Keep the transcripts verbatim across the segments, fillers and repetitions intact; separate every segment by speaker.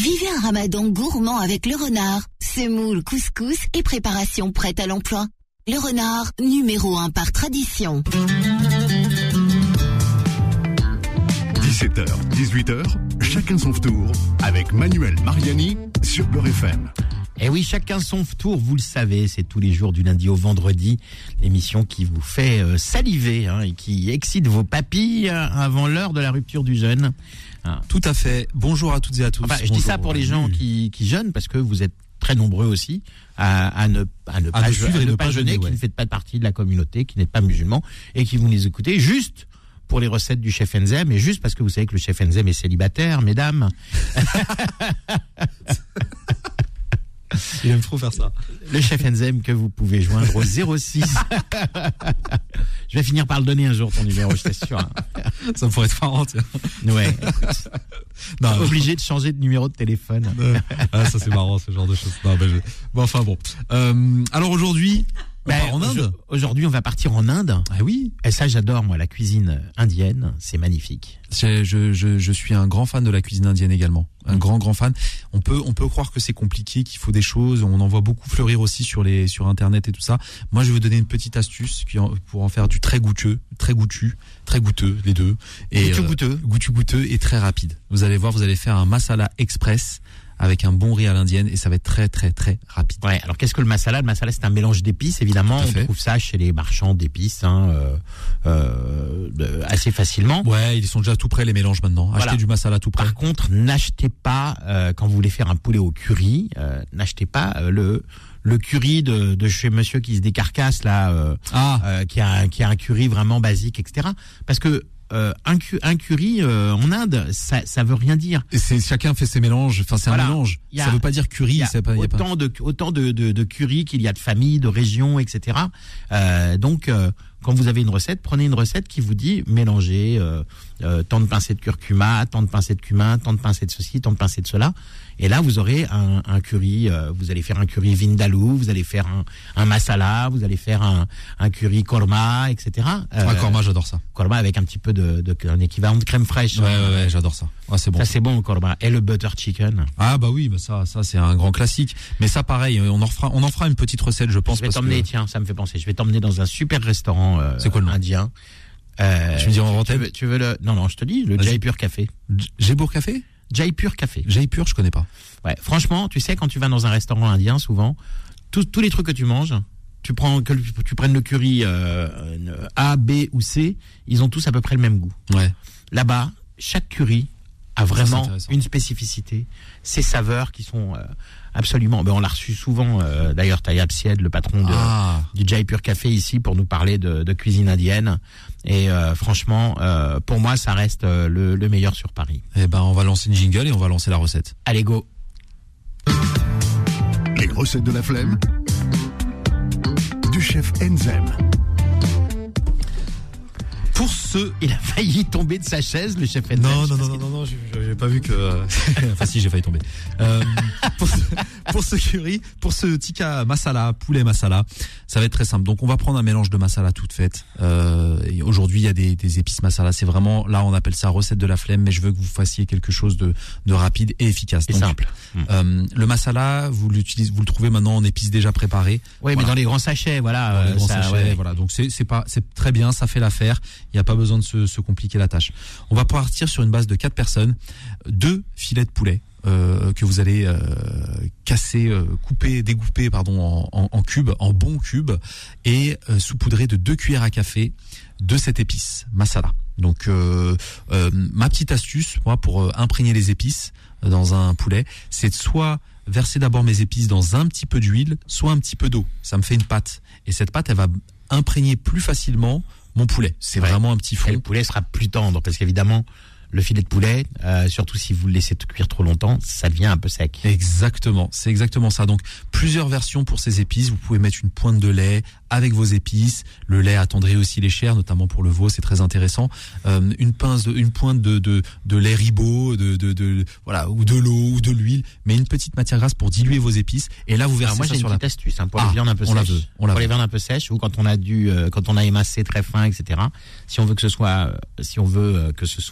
Speaker 1: Vivez un ramadan gourmand avec Le Renard. Semoule, couscous et préparation prête à l'emploi. Le Renard, numéro un par tradition.
Speaker 2: dix-sept heures, dix-huit heures, chacun son tour avec Manuel Mariani sur Beurre F M.
Speaker 3: Et oui, chacun son tour, vous le savez, c'est tous les jours du lundi au vendredi, l'émission qui vous fait euh, saliver hein, et qui excite vos papilles avant l'heure de la rupture du jeûne. Hein.
Speaker 4: Tout à fait. Bonjour à toutes et à tous.
Speaker 3: Enfin, je
Speaker 4: Bonjour.
Speaker 3: dis ça pour les gens qui, qui jeûnent parce que vous êtes très nombreux aussi à, à ne, à ne
Speaker 4: À
Speaker 3: pas,
Speaker 4: nous
Speaker 3: je-
Speaker 4: suivre
Speaker 3: à
Speaker 4: et
Speaker 3: ne
Speaker 4: ne
Speaker 3: pas
Speaker 4: pas
Speaker 3: jeûner,
Speaker 4: jeûner,
Speaker 3: qui
Speaker 4: ouais.
Speaker 3: ne faites pas partie de la communauté, qui n'êtes pas musulmans et qui vous les écoutez juste pour les recettes du chef Enzem et juste parce que vous savez que le chef Enzem est célibataire, mesdames.
Speaker 4: Il aime trop faire ça.
Speaker 3: Le chef Enzem que vous pouvez joindre au zéro six. Je vais finir par le donner un jour ton numéro, je t'assure. hein.
Speaker 4: Ça pourrait être marrant, tiens.
Speaker 3: Ouais.
Speaker 4: Non,
Speaker 3: Obligé de changer de numéro de téléphone.
Speaker 4: euh, ah, ça c'est marrant, ce genre de choses. Non, ben, je- bon, enfin bon. Euh, alors aujourd'hui, on
Speaker 3: Ben,
Speaker 4: part en Inde.
Speaker 3: Aujourd'hui, on va partir en Inde.
Speaker 4: Ah oui.
Speaker 3: Et ça, j'adore, moi, la cuisine indienne. C'est magnifique.
Speaker 4: Je, je, je, je suis un grand fan de la cuisine indienne également. Un grand, grand fan. On peut, on peut croire que c'est compliqué, qu'il faut des choses. On en voit beaucoup fleurir aussi sur les, sur Internet et tout ça. Moi, je vais vous donner une petite astuce qui en- pour en faire du très goûteux, très goûtu, très goûteux, les deux. Et,
Speaker 3: Goûteux,
Speaker 4: euh,
Speaker 3: goûteux.
Speaker 4: goûtu, goûteux et très rapide. Vous allez voir, vous allez faire un masala express avec un bon riz à l'indienne et ça va être très, très, très rapide.
Speaker 3: Ouais. Alors, qu'est-ce que le masala? Le masala, c'est un mélange d'épices, évidemment.
Speaker 4: Tout à
Speaker 3: On
Speaker 4: fait.
Speaker 3: trouve ça chez les marchands d'épices, hein, euh, euh, de- assez facilement.
Speaker 4: Ouais, ils sont déjà tout prêts les mélanges maintenant. Achetez
Speaker 3: Voilà.
Speaker 4: du masala tout prêt.
Speaker 3: Par contre, n'achetez pas, euh, quand vous voulez faire un poulet au curry, euh, n'achetez pas euh, le le curry de, de chez monsieur qui se décarcasse, là, euh,
Speaker 4: Ah,
Speaker 3: euh, qui a qui a un curry vraiment basique, et cetera. Parce que euh, un, cu- un curry euh, en Inde, ça ça veut rien dire.
Speaker 4: et c'est chacun fait ses mélanges. Enfin, c'est
Speaker 3: Voilà.
Speaker 4: un mélange.
Speaker 3: Il y a-
Speaker 4: Ça veut pas dire curry.
Speaker 3: Il y a
Speaker 4: c'est pas, il y a pas-
Speaker 3: autant de autant de de, de curry qu'il y a de familles, de régions, et cetera. Euh, donc euh, quand vous avez une recette, prenez une recette qui vous dit mélangez euh, euh, tant de pincées de curcuma, tant de pincées de cumin, tant de pincées de ceci, tant de pincées de cela. Et là, vous aurez un, un curry. Euh, vous allez faire un curry vindaloo, vous allez faire un, un masala, vous allez faire un, un curry korma, et cetera. Euh,
Speaker 4: Ah, korma, j'adore ça.
Speaker 3: korma avec un petit peu de, de un équivalent de crème fraîche.
Speaker 4: Ouais, ouais, ouais, j'adore ça. Ah, c'est bon.
Speaker 3: Ça c'est bon le korma. Et le butter chicken.
Speaker 4: Ah bah oui, bah ça, ça c'est un grand classique. Mais ça, pareil, on en fera, on en fera une petite recette, je pense.
Speaker 3: Je vais
Speaker 4: parce
Speaker 3: t'emmener,
Speaker 4: que...
Speaker 3: tiens, ça me fait penser. Je vais t'emmener dans un super restaurant euh,
Speaker 4: C'est quoi le nom
Speaker 3: indien. Euh,
Speaker 4: Tu me dis en
Speaker 3: tu,
Speaker 4: antenne
Speaker 3: veux, tu veux le Non, non, je te dis le
Speaker 4: Vas-y.
Speaker 3: Jaipur Café.
Speaker 4: J- Jaipur Café,
Speaker 3: Jaipur Café.
Speaker 4: Jaipur, je connais pas.
Speaker 3: Ouais, franchement, tu sais, quand tu vas dans un restaurant indien, souvent, tous tous les trucs que tu manges, tu prends que le- tu prennes le curry euh, A, B ou C, ils ont tous à peu près le même goût.
Speaker 4: Ouais.
Speaker 3: Là-bas, chaque curry a
Speaker 4: c'est
Speaker 3: vraiment
Speaker 4: intéressant.
Speaker 3: une spécificité, ses saveurs qui sont euh, absolument. Ben, on l'a reçu souvent. Euh, D'ailleurs, Tayyab Syed, le patron de
Speaker 4: Ah,
Speaker 3: du Jaipur Café ici pour nous parler de, de cuisine indienne. Et euh, franchement, euh, pour moi, ça reste euh, le, le meilleur sur Paris.
Speaker 4: eh ben on va lancer une jingle et on va lancer la recette.
Speaker 3: Allez, go.
Speaker 2: Les recettes de la flemme du chef Enzem.
Speaker 4: Pour ce
Speaker 3: Il a failli tomber de sa chaise, le chef Enzem.
Speaker 4: Non,
Speaker 3: Je sais
Speaker 4: non,
Speaker 3: pas
Speaker 4: non,
Speaker 3: ce
Speaker 4: non,
Speaker 3: qu'il-
Speaker 4: non, non, j'ai j'ai pas vu que. Enfin, si, j'ai failli tomber. Euh, pour, ce, pour ce curry, pour ce tikka masala, poulet masala, ça va être très simple. Donc, on va prendre un mélange de masala toute faite. Euh, et aujourd'hui, il y a des, des épices masala. C'est vraiment, là, on appelle ça recette de la flemme, mais je veux que vous fassiez quelque chose de, de rapide et efficace.
Speaker 3: Et
Speaker 4: Donc,
Speaker 3: simple.
Speaker 4: Euh, le masala, vous l'utilisez, vous le trouvez maintenant en épices déjà préparées.
Speaker 3: Oui,
Speaker 4: Voilà.
Speaker 3: mais dans les grands sachets, voilà.
Speaker 4: Dans les
Speaker 3: euh,
Speaker 4: grands
Speaker 3: ça,
Speaker 4: sachets,
Speaker 3: ouais.
Speaker 4: voilà. Donc c'est c'est pas c'est très bien, ça fait l'affaire. Il n'y a pas besoin de se, se compliquer la tâche. On va partir sur une base de quatre personnes, deux filets de poulet euh, que vous allez euh, casser, euh, couper, découper pardon en, en, en cubes, en bons cubes, et euh, saupoudrer de deux cuillères à café de cette épice masala. Donc euh, euh, ma petite astuce, moi, pour euh, imprégner les épices dans un poulet, c'est de soit verser d'abord mes épices dans un petit peu d'huile, soit un petit peu d'eau. Ça me fait une pâte. Et cette pâte, elle va imprégner plus facilement mon poulet. C'est
Speaker 3: Ouais.
Speaker 4: vraiment un petit
Speaker 3: Et le
Speaker 4: fond.
Speaker 3: poulet sera plus tendre parce qu'évidemment, le filet de poulet, euh, surtout si vous le laissez cuire trop longtemps, ça devient un peu sec.
Speaker 4: Exactement, c'est exactement ça. Donc plusieurs versions pour ces épices. Vous pouvez mettre une pointe de lait avec vos épices. Le lait attendrit aussi les chairs, notamment pour le veau, c'est très intéressant. Euh, une pince, de, une pointe de de, de lait ribot, de, de de voilà, ou de l'eau ou de l'huile, mais une petite matière grasse pour diluer vos épices. Et là vous versez
Speaker 3: Alors moi
Speaker 4: ça
Speaker 3: j'ai une
Speaker 4: sur la.
Speaker 3: petite astuce hein, pour
Speaker 4: Ah,
Speaker 3: les viandes un peu
Speaker 4: on la
Speaker 3: sèches.
Speaker 4: veut, on la
Speaker 3: pour les
Speaker 4: veut.
Speaker 3: viandes un peu sèches ou quand on a dû, euh, quand on a émincé très fin, et cetera. Si on veut que ce soit, euh, si on veut euh, que ce soit euh,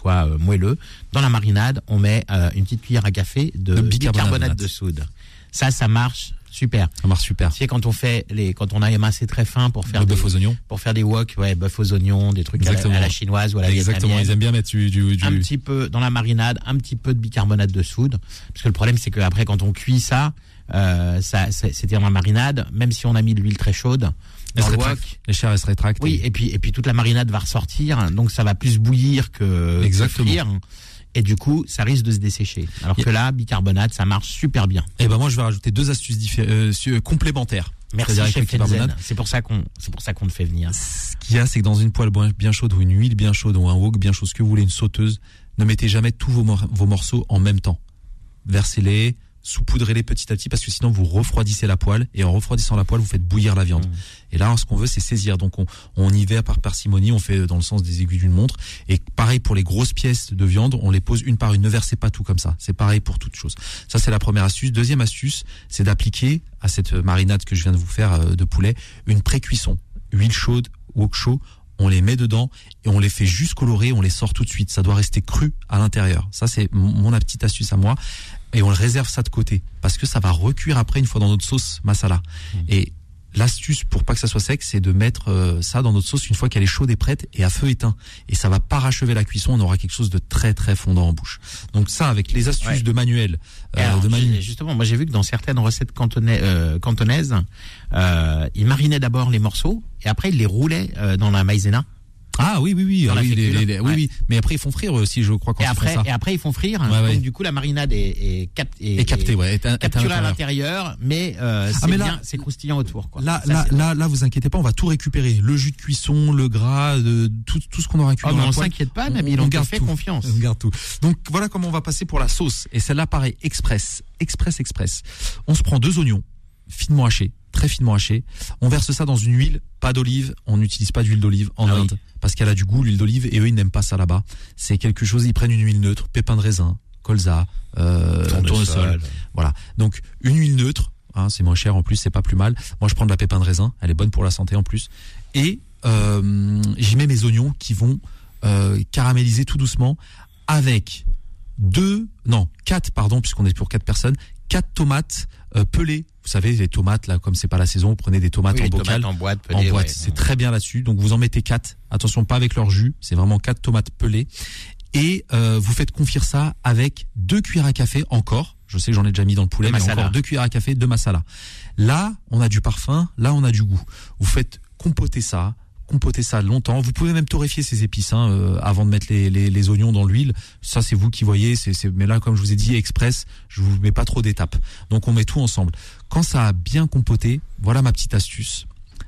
Speaker 3: moelleux. Dans la marinade, on met euh, une petite cuillère à café de,
Speaker 4: De
Speaker 3: bicarbonate,
Speaker 4: bicarbonate
Speaker 3: de soude. Ça, ça marche super.
Speaker 4: Ça marche super.
Speaker 3: Tu sais, quand on fait les, quand on a émincé très fin pour faire
Speaker 4: Le
Speaker 3: des,
Speaker 4: bœuf aux oignons.
Speaker 3: pour faire des wok, ouais, bœuf aux oignons, des trucs à la, à la chinoise ou à la
Speaker 4: Exactement.
Speaker 3: vietnamienne.
Speaker 4: Ils aiment bien mettre du, du, du...
Speaker 3: Un petit peu dans la marinade, un petit peu de bicarbonate de soude, parce que le problème c'est qu'après quand on cuit ça, euh, ça, c'était dans la marinade, même si on a mis de l'huile très chaude. Dans le wok,
Speaker 4: les chairs elles se rétractent.
Speaker 3: oui, et puis et puis toute la marinade va ressortir, donc ça va plus bouillir que,
Speaker 4: Exactement.
Speaker 3: que frire, et du coup ça risque de se dessécher. Alors que là, bicarbonate, ça marche super bien.
Speaker 4: Et ben moi je vais rajouter deux astuces diffé- euh, complémentaires.
Speaker 3: Merci
Speaker 4: C'est-à-dire
Speaker 3: chef
Speaker 4: avec le bicarbonate.
Speaker 3: Enzen. C'est pour ça qu'on c'est pour ça qu'on te fait venir.
Speaker 4: Ce qu'il y a, c'est que dans une poêle bien chaude ou une huile bien chaude ou un wok bien chaud, ce que vous voulez, une sauteuse, ne mettez jamais tous vos, mor- vos morceaux en même temps. Versez-les, saupoudrez-les petit à petit, parce que sinon vous refroidissez la poêle, et en refroidissant la poêle, vous faites bouillir la viande. Mmh. Et là, ce qu'on veut, c'est saisir. Donc on, on y va par parcimonie, on fait dans le sens des aiguilles d'une montre. Et pareil pour les grosses pièces de viande, on les pose une par une. Ne versez pas tout comme ça. C'est pareil pour toute chose. Ça, c'est la première astuce. Deuxième astuce, c'est d'appliquer à cette marinade que je viens de vous faire de poulet une pré-cuisson. Huile chaude, wok chaud. On les met dedans et on les fait juste colorer, on les sort tout de suite. Ça doit rester cru à l'intérieur. Ça, c'est mon, mon petite astuce à moi. Et on le réserve ça de côté parce que ça va recuire après une fois dans notre sauce masala. Mmh. Et l'astuce pour pas que ça soit sec, c'est de mettre euh, ça dans notre sauce une fois qu'elle est chaude et prête et à feu éteint. Et ça va parachever la cuisson, on aura quelque chose de très très fondant en bouche. Donc ça, avec les astuces ouais. de Manuel.
Speaker 3: Euh, alors, de Manu... Justement, moi j'ai vu que dans certaines recettes cantonais, euh, cantonaises, euh, ils marinaient d'abord les morceaux et après ils les roulaient euh, dans la maïzena.
Speaker 4: Ah oui oui oui,
Speaker 3: ah,
Speaker 4: oui,
Speaker 3: les,
Speaker 4: les, les,
Speaker 3: ouais.
Speaker 4: oui oui, mais après ils font frire aussi, je crois, quand
Speaker 3: et
Speaker 4: ils
Speaker 3: après
Speaker 4: font ça.
Speaker 3: Et après ils font frire,
Speaker 4: ouais,
Speaker 3: donc
Speaker 4: ouais.
Speaker 3: du coup la marinade est, est, cap, est,
Speaker 4: est captée, ouais, est, est
Speaker 3: capturée à l'intérieur, mais euh, c'est ah, mais là, bien, c'est croustillant autour, quoi.
Speaker 4: Là
Speaker 3: ça,
Speaker 4: là là là, vous inquiétez pas, on va tout récupérer, le jus de cuisson, le gras, de, tout tout ce qu'on aura cuit
Speaker 3: oh,
Speaker 4: dans
Speaker 3: mais
Speaker 4: la
Speaker 3: on
Speaker 4: poêle.
Speaker 3: s'inquiète pas, Nabil, on, on garde fait tout. Confiance.
Speaker 4: On garde tout. Donc voilà comment on va passer pour la sauce, et celle-là pareil, express, express express. On se prend deux oignons finement hachés, très finement hachés. On verse ça dans une huile, pas d'olive. On n'utilise pas d'huile d'olive en ah Inde oui. parce qu'elle a du goût, l'huile d'olive, et eux ils n'aiment pas ça là-bas. C'est quelque chose. Ils prennent une huile neutre, pépins de raisin, colza, euh, tournesol. Voilà. Donc une huile neutre, hein, c'est moins cher en plus, c'est pas plus mal. Moi je prends de la pépin de raisin, elle est bonne pour la santé en plus. Et euh, j'y mets mes oignons qui vont euh, caraméliser tout doucement avec deux, non quatre pardon, puisqu'on est pour quatre personnes, quatre tomates euh, pelées. Vous savez, les tomates, là, comme c'est pas la saison, vous prenez des tomates
Speaker 3: oui,
Speaker 4: en bocal.
Speaker 3: Tomates en boîte, pelées,
Speaker 4: en boîte.
Speaker 3: Ouais.
Speaker 4: C'est très bien là-dessus. Donc, vous en mettez quatre. Attention, pas avec leur jus. C'est vraiment quatre tomates pelées. Et, euh, vous faites confire ça avec deux cuillères à café encore. Je sais que j'en ai déjà mis dans le poulet, de mais masala. Encore deux cuillères à café de masala. Là, on a du parfum. Là, on a du goût. Vous faites compoter ça. Compoter ça longtemps. Vous pouvez même torréfier ces épices hein, euh, avant de mettre les, les, les oignons dans l'huile. Ça, c'est vous qui voyez. C'est, c'est, mais là, comme je vous ai dit, express, je vous mets pas trop d'étapes. Donc, on met tout ensemble. Quand ça a bien compoté, voilà ma petite astuce.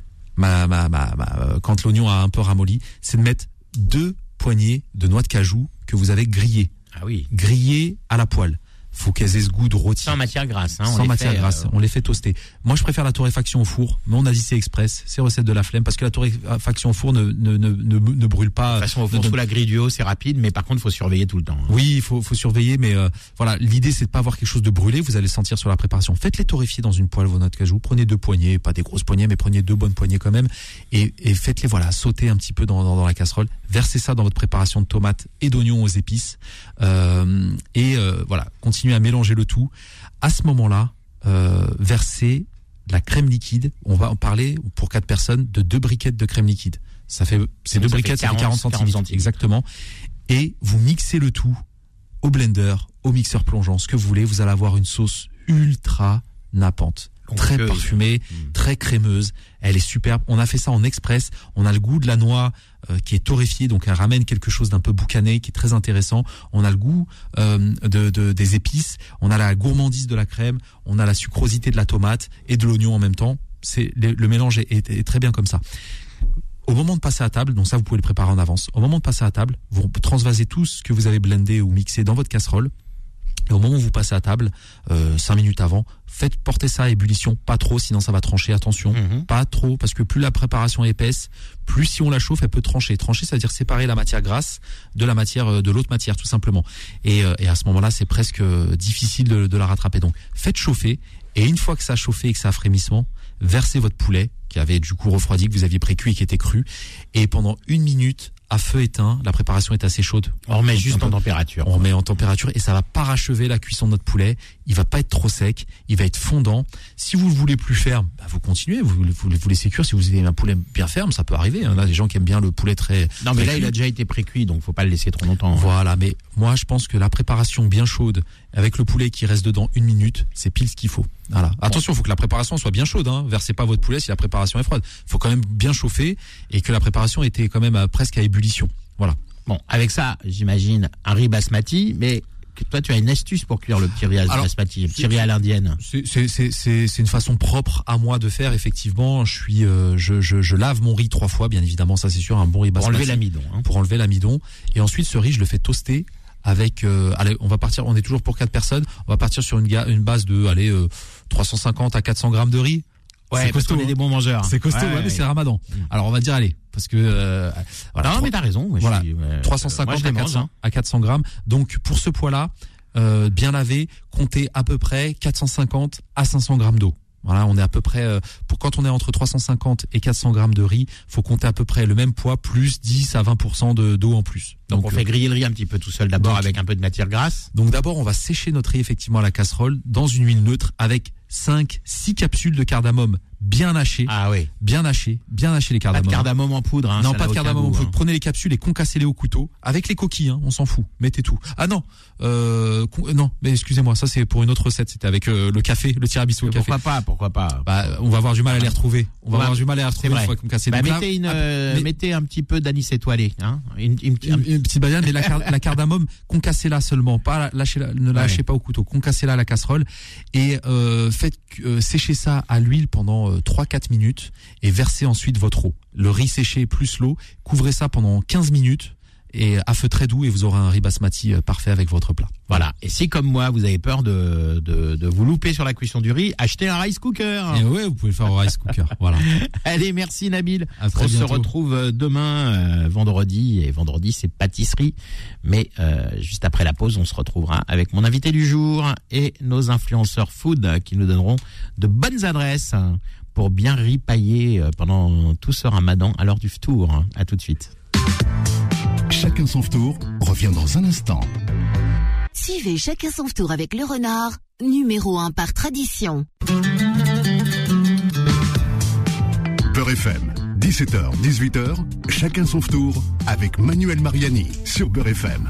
Speaker 4: Ma, ma, ma, ma, quand l'oignon a un peu ramolli, c'est de mettre deux poignées de noix de cajou que vous avez grillées.
Speaker 3: Ah oui.
Speaker 4: Grillées à la poêle. Faut qu'elles aient ce goût de rôti.
Speaker 3: Sans matière grasse. Hein,
Speaker 4: Sans matière
Speaker 3: fait,
Speaker 4: grasse.
Speaker 3: Euh...
Speaker 4: On les fait toaster. Moi, je préfère la torréfaction au four, mais on a dit c'est express. C'est recette de la flemme parce que la torréfaction au four ne, ne, ne, ne, ne brûle pas.
Speaker 3: De toute façon, au four, sous la grille du haut, c'est rapide, mais par contre, il faut surveiller tout le temps. Hein.
Speaker 4: Oui, il faut, faut surveiller, mais euh, voilà. L'idée, c'est de pas avoir quelque chose de brûlé. Vous allez le sentir sur la préparation. Faites-les torréfier dans une poêle, vos noix de cajou. Prenez deux poignées, pas des grosses poignées, mais prenez deux bonnes poignées quand même. Et, et faites-les, voilà, sauter un petit peu dans, dans, dans la casserole. Versez ça dans votre préparation de tomates et d'oignons aux épices. Euh, et euh, voilà, continuez à mélanger le tout. À ce moment-là, euh, versez de la crème liquide. On va en parler pour quatre personnes de deux briquettes de crème liquide. Ça fait ces deux briquettes, ça fait quarante centilitres exactement. Et vous mixez le tout au blender, au mixeur plongeant, ce que vous voulez. Vous allez avoir une sauce ultra nappante. Très parfumée, mmh. très crémeuse, elle est superbe. On a fait ça en express, on a le goût de la noix euh, qui est torréfiée, donc elle ramène quelque chose d'un peu boucané, qui est très intéressant. On a le goût euh, de, de, des épices, on a la gourmandise de la crème, on a la sucrosité de la tomate et de l'oignon en même temps. C'est le, le mélange est, est, est très bien comme ça. Au moment de passer à table, donc ça vous pouvez le préparer en avance. Au moment de passer à table, vous transvasez tout ce que vous avez blendé ou mixé dans votre casserole. Et au moment où vous passez à table, euh, cinq minutes avant, faites porter ça à ébullition, pas trop, sinon ça va trancher, attention, mmh. pas trop, parce que plus la préparation est épaisse, plus si on la chauffe, elle peut trancher. Trancher, ça veut dire séparer la matière grasse de la matière, de l'autre matière, tout simplement. Et, euh, et à ce moment-là, c'est presque difficile de, de la rattraper. Donc, faites chauffer, et une fois que ça a chauffé et que ça a frémissement, versez votre poulet, qui avait du coup refroidi, que vous aviez pré-cuit et qui était cru, et pendant une minute, à feu éteint. La préparation est assez chaude.
Speaker 3: On remet juste en température.
Speaker 4: On remet en température et ça va parachever la cuisson de notre poulet. Il va pas être trop sec, il va être fondant. Si vous le voulez plus ferme, bah vous continuez, vous, vous, vous laissez cuire. Si vous avez un poulet bien ferme, ça peut arriver. Il y en a des gens qui aiment bien le poulet très.
Speaker 3: Non, mais
Speaker 4: très
Speaker 3: là,
Speaker 4: cuit.
Speaker 3: il a déjà été pré-cuit, donc faut pas le laisser trop longtemps.
Speaker 4: Voilà, mais moi, je pense que la préparation bien chaude, avec le poulet qui reste dedans une minute, c'est pile ce qu'il faut. Voilà. Attention, il faut que la préparation soit bien chaude. Hein. Versez pas votre poulet si la préparation est froide. Il faut quand même bien chauffer et que la préparation était quand même à, presque à ébullition. Voilà.
Speaker 3: Bon, avec ça, j'imagine un riz basmati, mais que toi, tu as une astuce pour cuire le petit riz
Speaker 4: Alors,
Speaker 3: basmati, le petit riz à l'indienne.
Speaker 4: C'est, c'est, c'est, c'est, c'est une façon propre à moi de faire. Effectivement, je suis, euh, je, je, je lave mon riz trois fois, bien évidemment, ça c'est sûr, un bon riz
Speaker 3: Pour
Speaker 4: basmati.
Speaker 3: enlever l'amidon. Hein.
Speaker 4: Pour enlever l'amidon. Et ensuite, ce riz, je le fais toaster avec. Euh, allez, on va partir. On est toujours pour quatre personnes. On va partir sur une, ga- une base de, allez, euh, trois cent cinquante à quatre cents grammes de riz.
Speaker 3: Ouais,
Speaker 4: c'est
Speaker 3: parce
Speaker 4: costaud.
Speaker 3: qu'on est des bons mangeurs.
Speaker 4: C'est costaud,
Speaker 3: Ouais,
Speaker 4: ouais,
Speaker 3: ouais.
Speaker 4: mais c'est Ramadan.
Speaker 3: Mm.
Speaker 4: Alors on va dire allez, parce que euh, voilà.
Speaker 3: Non,
Speaker 4: trois-
Speaker 3: mais t'as raison. Moi,
Speaker 4: voilà,
Speaker 3: je suis, ouais,
Speaker 4: trois cent
Speaker 3: euh, moi,
Speaker 4: cinquante
Speaker 3: je les
Speaker 4: à,
Speaker 3: mange,
Speaker 4: quatre cents,
Speaker 3: hein.
Speaker 4: à quatre cents grammes. Donc pour ce poids-là, euh, bien lavé, comptez à peu près quatre cent cinquante à cinq cents grammes d'eau. Voilà, on est à peu près euh, pour quand on est entre trois cent cinquante et quatre cents grammes de riz, faut compter à peu près le même poids plus dix à vingt pour cent de d'eau en plus.
Speaker 3: Donc, on
Speaker 4: euh,
Speaker 3: fait griller le riz un petit peu tout seul d'abord
Speaker 4: donc-
Speaker 3: avec un peu de matière grasse.
Speaker 4: Donc d'abord, on va sécher notre riz effectivement à la casserole dans une huile neutre avec cinq six capsules de cardamome bien hachées,
Speaker 3: Ah oui.
Speaker 4: bien hachées, bien hachées les
Speaker 3: Pas de
Speaker 4: cardamomes.
Speaker 3: cardamome en poudre. Hein,
Speaker 4: non,
Speaker 3: ça
Speaker 4: pas
Speaker 3: n'a
Speaker 4: de
Speaker 3: aucun
Speaker 4: cardamome.
Speaker 3: goût,
Speaker 4: Vous
Speaker 3: hein.
Speaker 4: prenez les capsules et concassez-les au couteau avec les coquilles. Hein, on s'en fout. Mettez tout. Ah non, euh, con- non, mais excusez-moi, ça c'est pour une autre recette. C'était avec euh, le café, le tiramisu au
Speaker 3: Mais
Speaker 4: café.
Speaker 3: Pourquoi pas Pourquoi pas
Speaker 4: Bah, on va avoir du mal à les retrouver. On va
Speaker 3: Ouais,
Speaker 4: avoir du mal à les retrouver
Speaker 3: c'est vrai.
Speaker 4: une fois qu'on casse les
Speaker 3: Bah,
Speaker 4: Donc là,
Speaker 3: mettez, une,
Speaker 4: ah,
Speaker 3: euh,
Speaker 4: mais-
Speaker 3: mettez un petit peu d'anis étoilé. Hein, une, une,
Speaker 4: une, une petite badiane, mais la, car- la cardamome, concassez-la seulement, pas la- lâchez-la, ne la
Speaker 3: Ouais.
Speaker 4: lâchez pas au couteau, concassez-la à la casserole et euh, faites euh, sécher ça à l'huile pendant euh, trois à quatre minutes et versez ensuite votre eau. Le riz séché plus l'eau, couvrez ça pendant quinze minutes et à feu très doux et vous aurez un riz basmati euh, parfait avec votre plat.
Speaker 3: Voilà. Et si, comme moi, vous avez peur de, de, de vous louper sur la cuisson du riz, achetez un rice cooker.
Speaker 4: Et ouais, vous pouvez le faire au rice cooker. Voilà.
Speaker 3: Allez, merci Nabil.
Speaker 4: À très
Speaker 3: On se
Speaker 4: bientôt.
Speaker 3: retrouve demain, euh, vendredi. Et vendredi, c'est pâtisserie. Mais euh, juste après la pause, on se retrouvera avec mon invité du jour et nos influenceurs food qui nous donneront de bonnes adresses pour bien ripailler euh, pendant tout ce ramadan à l'heure du ftour. À tout de suite.
Speaker 2: Chacun son tour revient dans un instant.
Speaker 1: Suivez Chacun son tour avec le renard, numéro un par tradition.
Speaker 2: Beurre F M, dix-sept heures, dix-huit heures, chacun son tour avec Manuel Mariani sur Beurre F M.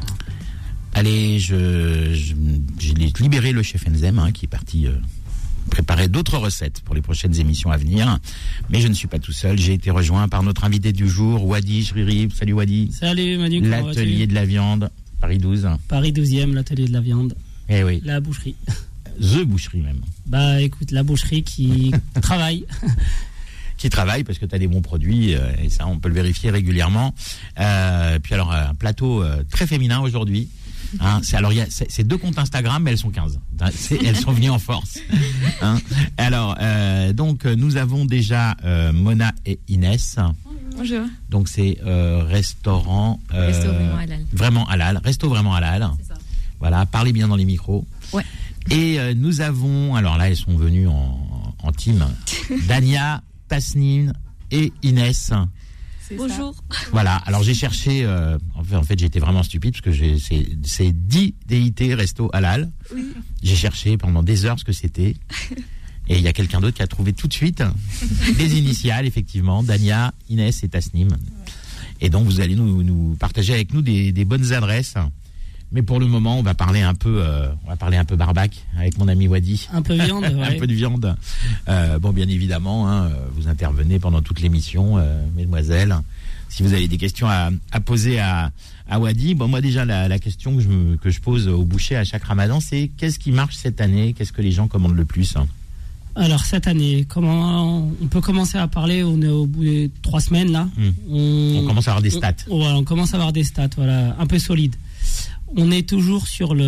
Speaker 3: Allez, je, je, j'ai libéré le chef Enzem hein, qui est parti euh, préparer d'autres recettes pour les prochaines émissions à venir. Mais je ne suis pas tout seul. J'ai été rejoint par notre invité du jour, Wadi Jriri. Salut Wadi.
Speaker 5: Salut Manu, comment vas-tu ?
Speaker 3: L'atelier de la viande, Paris douze.
Speaker 5: Paris douzième, l'atelier de la viande,
Speaker 3: Eh oui,
Speaker 5: la boucherie.
Speaker 3: The Boucherie même.
Speaker 5: Bah écoute, la boucherie qui travaille.
Speaker 3: Qui travaille parce que tu as des bons produits euh, et ça on peut le vérifier régulièrement. Euh, puis alors un plateau euh, très féminin aujourd'hui. Hein, c'est alors il y a c'est, c'est deux comptes Instagram mais elles sont quinze. C'est, elles sont venues en force. Hein. Alors euh, donc nous avons déjà euh, Mona et Inès.
Speaker 6: Bonjour.
Speaker 3: Donc c'est euh, restaurant euh,
Speaker 6: Resto vraiment halal.
Speaker 3: Vraiment halal, resto vraiment halal.
Speaker 6: C'est ça.
Speaker 3: Voilà, parlez bien dans les micros.
Speaker 6: Ouais.
Speaker 3: Et euh, nous avons, alors là, elles sont venues en, en team. Dania, Tasnim et Inès.
Speaker 6: C'est Bonjour. Ça.
Speaker 3: Voilà. Alors j'ai cherché. Euh, en fait, en fait, j'ai été vraiment stupide parce que j'ai, c'est, c'est dix D I T resto halal.
Speaker 6: Oui.
Speaker 3: J'ai cherché pendant des heures ce que c'était. Et il y a quelqu'un d'autre qui a trouvé tout de suite des initiales, effectivement, Dania, Inès et Tasnim. Et donc vous allez nous, nous partager avec nous des, des bonnes adresses. Mais pour le moment, on va parler un peu, euh, on va parler un peu barbac avec mon ami Wadi.
Speaker 5: Un peu viande, ouais.
Speaker 3: Un peu de viande. Euh, bon, bien évidemment, hein, vous intervenez pendant toute l'émission, euh, mesdemoiselles. Si vous avez des questions à, à poser à, à Wadi, bon, moi déjà la, la question que je, me, que je pose au boucher à chaque Ramadan, c'est qu'est-ce qui marche cette année ? Qu'est-ce que les gens commandent le plus ?
Speaker 5: Alors cette année, comment on peut commencer à parler ? On est au bout de trois semaines là.
Speaker 3: Mmh.
Speaker 5: On,
Speaker 3: On commence à avoir des stats.
Speaker 5: On, voilà, on commence à avoir des stats, voilà, un peu solides. On est toujours sur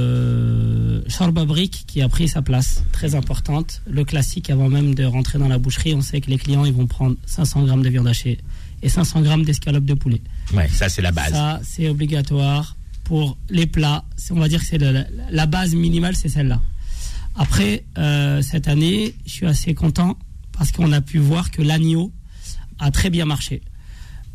Speaker 5: le Shorba Brick qui a pris sa place, très importante. Le classique, avant même de rentrer dans la boucherie, on sait que les clients ils vont prendre cinq cents grammes de viande hachée et cinq cents grammes d'escalope de poulet.
Speaker 3: Ouais, ça c'est la base.
Speaker 5: Ça, c'est obligatoire pour les plats. C'est, on va dire que c'est le, la base minimale, c'est celle-là. Après, euh, cette année, je suis assez content parce qu'on a pu voir que l'agneau a très bien marché.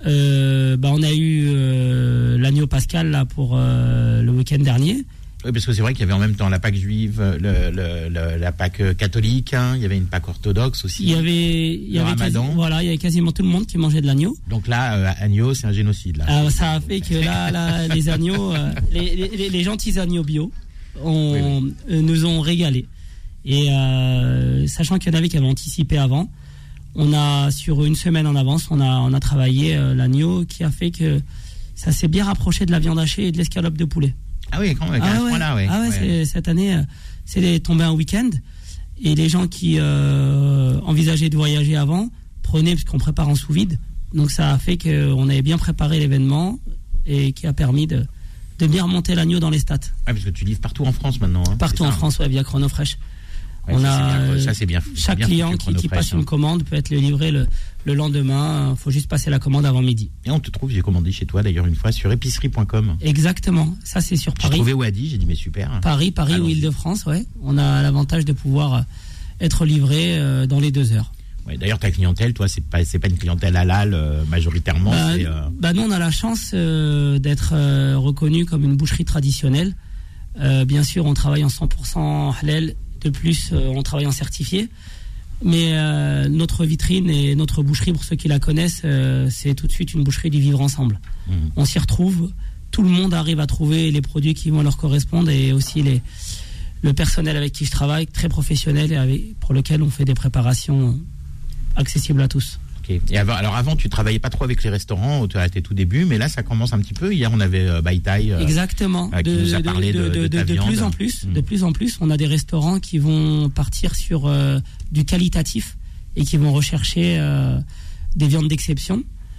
Speaker 5: Euh, bah, on a eu euh, l'agneau pascal là pour euh, le week-end dernier.
Speaker 3: Oui, parce que c'est vrai qu'il y avait en même temps la Pâque juive, le, le, le, la Pâque catholique, hein, il y avait une Pâque orthodoxe aussi.
Speaker 5: Il y avait, il y
Speaker 3: le
Speaker 5: avait
Speaker 3: Ramadan.
Speaker 5: Quasi, voilà, il y avait quasiment tout le monde qui mangeait de l'agneau.
Speaker 3: Donc là, euh, agneau, c'est un génocide. Là.
Speaker 5: Ah, ça a fait que là, là les agneaux, euh, les, les, les gentils agneaux bio, ont, oui, oui. Euh, nous ont régalé. Et euh, sachant qu'il y en avait qui avaient anticipé avant, on a sur une semaine en avance, on a, on a travaillé euh, l'agneau qui a fait que ça s'est bien rapproché de la viande hachée et de l'escalope de poulet.
Speaker 3: Ah oui, quand même,
Speaker 5: ah
Speaker 3: à ce
Speaker 5: ouais.
Speaker 3: point-là, oui.
Speaker 5: Ah ouais,
Speaker 3: ouais.
Speaker 5: C'est, cette année, c'est tombé un week-end. Et les gens qui euh, envisageaient de voyager avant prenaient, parce qu'on prépare en sous-vide. Donc ça a fait qu'on avait bien préparé l'événement et qui a permis de, de bien remonter l'agneau dans les stats.
Speaker 3: Ah, parce que tu livres partout en France maintenant. Hein,
Speaker 5: partout en
Speaker 3: ça,
Speaker 5: France, ouais, via Chronofresh.
Speaker 3: Ouais,
Speaker 5: on
Speaker 3: ça,
Speaker 5: a,
Speaker 3: c'est bien, ça, c'est bien.
Speaker 5: Chaque
Speaker 3: bien
Speaker 5: client qui, qui passe hein. une commande peut être livré le, le lendemain. Il faut juste passer la commande avant midi.
Speaker 3: Et on te trouve, j'ai commandé chez toi d'ailleurs une fois sur épicerie point com.
Speaker 5: Exactement, ça c'est sur Paris.
Speaker 3: J'ai trouvé Wadi, j'ai dit mais super.
Speaker 5: Paris, Paris ou Île-de-France, ouais. On a l'avantage de pouvoir être livré euh, dans les deux heures.
Speaker 3: Ouais, d'ailleurs, ta clientèle, toi, c'est pas, c'est pas une clientèle halal euh, majoritairement.
Speaker 5: Bah,
Speaker 3: c'est, euh...
Speaker 5: bah nous, on a la chance euh, d'être euh, reconnu comme une boucherie traditionnelle. Euh, bien sûr, on travaille en cent pour cent halal. De plus, euh, on travaille en certifié. Mais euh, notre vitrine et notre boucherie, pour ceux qui la connaissent, euh, c'est tout de suite une boucherie du vivre ensemble. Mmh. On s'y retrouve. Tout le monde arrive à trouver les produits qui vont leur correspondre et aussi les, le personnel avec qui je travaille, très professionnel et avec, pour lequel on fait des préparations accessibles à tous.
Speaker 3: Okay. Et avant, alors avant, tu travaillais pas trop avec les restaurants à tes tout débuts, mais là, ça commence un petit peu. Hier, on avait euh, Baitai. Euh,
Speaker 5: Exactement.
Speaker 3: Euh, qui
Speaker 5: de,
Speaker 3: nous a parlé de,
Speaker 5: de, de,
Speaker 3: de, de,
Speaker 5: de, de plus en plus, mmh. de plus en plus, on a des restaurants qui vont partir sur euh, du qualitatif et qui vont rechercher euh, des viandes d'exception.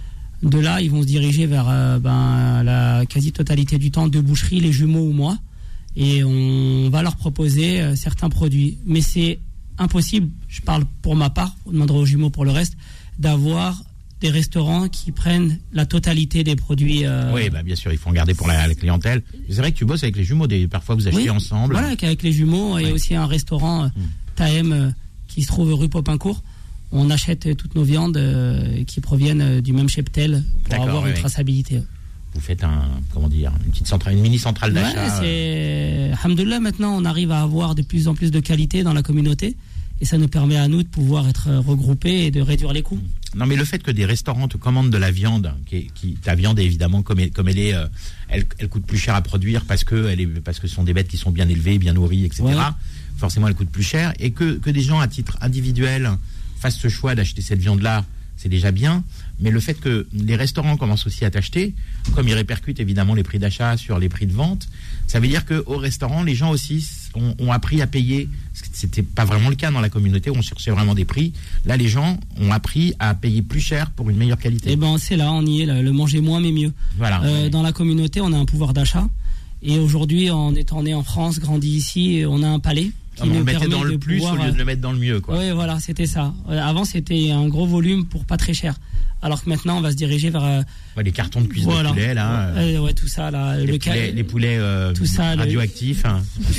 Speaker 5: De là, ils vont se diriger vers euh, ben, la quasi-totalité du temps de boucherie, les jumeaux ou moi, et on va leur proposer euh, certains produits. Mais c'est impossible, je parle pour ma part, on demandera aux jumeaux pour le reste, d'avoir des restaurants qui prennent la totalité des produits. Euh...
Speaker 3: Oui, bah bien sûr, il faut en garder pour la, la clientèle. C'est vrai que tu bosses avec les jumeaux, des, parfois vous achetez oui, ensemble.
Speaker 5: Voilà, avec les jumeaux, il y a aussi un restaurant euh, hum. Tahem euh, qui se trouve rue Popincourt. On achète toutes nos viandes euh, qui proviennent euh, du même cheptel pour D'accord, avoir oui, une oui. traçabilité.
Speaker 3: Vous faites un, comment dire, une petite centrale, une mini centrale d'achat.
Speaker 5: Ouais, c'est... Alhamdoulilah, maintenant on arrive à avoir de plus en plus de qualité dans la communauté. Et ça nous permet à nous de pouvoir être regroupés et de réduire les coûts.
Speaker 3: Non, mais le fait que des restaurants te commandent de la viande, qui, qui ta viande évidemment comme elle, comme elle est, euh, elle, elle coûte plus cher à produire parce que elle est, parce que ce sont des bêtes qui sont bien élevées, bien nourries, et cetera. Ouais. Forcément, elle coûte plus cher. Et que que des gens à titre individuel fassent ce choix d'acheter cette viande-là, c'est déjà bien. Mais le fait que les restaurants commencent aussi à t'acheter, comme ils répercutent évidemment les prix d'achat sur les prix de vente, ça veut dire qu'au restaurant, les gens aussi ont, ont appris à payer. C'était pas vraiment le cas dans la communauté où on cherchait vraiment des prix. Là, les gens ont appris à payer plus cher pour une meilleure qualité.
Speaker 5: Eh ben, c'est là, on y est, là, le manger moins mais mieux.
Speaker 3: Voilà.
Speaker 5: Euh,
Speaker 3: ouais.
Speaker 5: Dans la communauté, on a un pouvoir d'achat. Et aujourd'hui, en étant né en France, grandi ici, on a un palais. Qui
Speaker 3: on
Speaker 5: nous
Speaker 3: le mettait dans le plus
Speaker 5: pouvoir,
Speaker 3: au lieu de le mettre dans le mieux, quoi.
Speaker 5: Oui, voilà, c'était ça. Avant, c'était un gros volume pour pas très cher. Alors que maintenant, on va se diriger vers euh,
Speaker 3: ouais, les cartons de cuisse voilà. de poulet, là.
Speaker 5: Euh, ouais, tout ça, là.
Speaker 3: Les
Speaker 5: le
Speaker 3: poulets,
Speaker 5: ca...
Speaker 3: les poulets euh, tout ça, radioactifs. Le... Hein.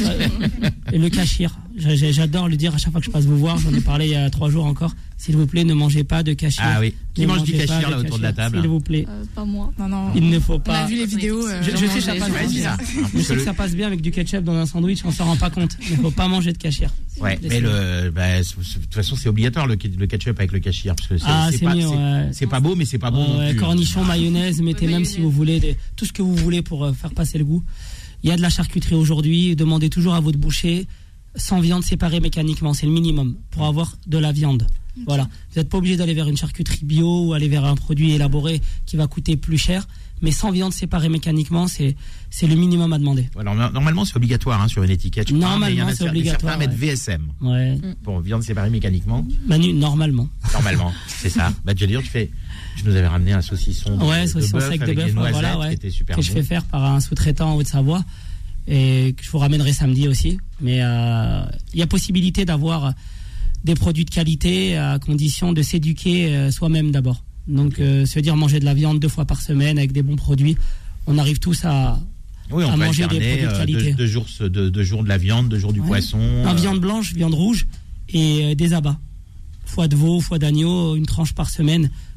Speaker 5: Et le cachir. J'adore le dire à chaque fois que je passe vous voir. J'en ai parlé il y a trois jours encore. S'il vous plaît, ne mangez pas de cachir.
Speaker 3: Ah oui. Qui mange du cachir là autour de la table?
Speaker 5: S'il vous plaît.
Speaker 6: Euh, pas moi. Non, non.
Speaker 5: Il ne faut pas.
Speaker 6: On a vu les vidéos. Euh,
Speaker 5: je je sais, ça passe bien. Je sais que ça passe bien avec du ketchup dans un sandwich. On s'en rend pas compte. Il ne faut pas manger de cachir.
Speaker 3: Ouais, mais le, bah, de toute façon, c'est obligatoire le, le ketchup avec le cachir parce que c'est,
Speaker 5: ah,
Speaker 3: c'est,
Speaker 5: c'est,
Speaker 3: pas,
Speaker 5: mieux,
Speaker 3: c'est,
Speaker 5: ouais.
Speaker 3: c'est pas beau, mais c'est pas bon.
Speaker 5: Euh,
Speaker 3: non plus.
Speaker 5: Cornichons, mayonnaise, mettez même mayonnaise. Si vous voulez des, tout ce que vous voulez pour euh, faire passer le goût. Il y a de la charcuterie aujourd'hui. Demandez toujours à votre boucher sans viande séparée mécaniquement, c'est le minimum pour avoir de la viande. Okay. Voilà, vous n'êtes pas obligé d'aller vers une charcuterie bio ou aller vers un produit élaboré qui va coûter plus cher. Mais sans viande séparée mécaniquement, c'est, c'est le minimum à demander.
Speaker 3: Alors, normalement, c'est obligatoire hein, sur une étiquette.
Speaker 5: Normalement, c'est obligatoire.
Speaker 3: Certains
Speaker 5: ouais.
Speaker 3: mettent V S M
Speaker 5: ouais.
Speaker 3: pour viande séparée mécaniquement.
Speaker 5: Manu, normalement.
Speaker 3: Normalement, c'est ça. Bah, tu veux dire, tu fais. Tu nous avais ramené un saucisson.
Speaker 5: Ouais,
Speaker 3: de,
Speaker 5: saucisson
Speaker 3: de bœuf
Speaker 5: sec de
Speaker 3: avec
Speaker 5: bœuf,
Speaker 3: des noisettes,
Speaker 5: voilà, ouais,
Speaker 3: qui était super
Speaker 5: que
Speaker 3: bon.
Speaker 5: je fais faire par un sous-traitant en Haute-Savoie et que je vous ramènerai samedi aussi. Mais il euh, y a possibilité d'avoir des produits de qualité à condition de s'éduquer euh, soi-même d'abord. Donc, okay. euh, se dire manger de la viande deux fois par semaine avec des bons produits, on arrive tous à,
Speaker 3: oui, on
Speaker 5: à
Speaker 3: peut
Speaker 5: manger des produits de qualité.
Speaker 3: Deux, deux, jours, deux, deux jours de la viande, deux jours du ouais. poisson.
Speaker 5: Non, euh... viande blanche, viande rouge et euh, des abats. Foie de veau, foie d'agneau, une tranche par semaine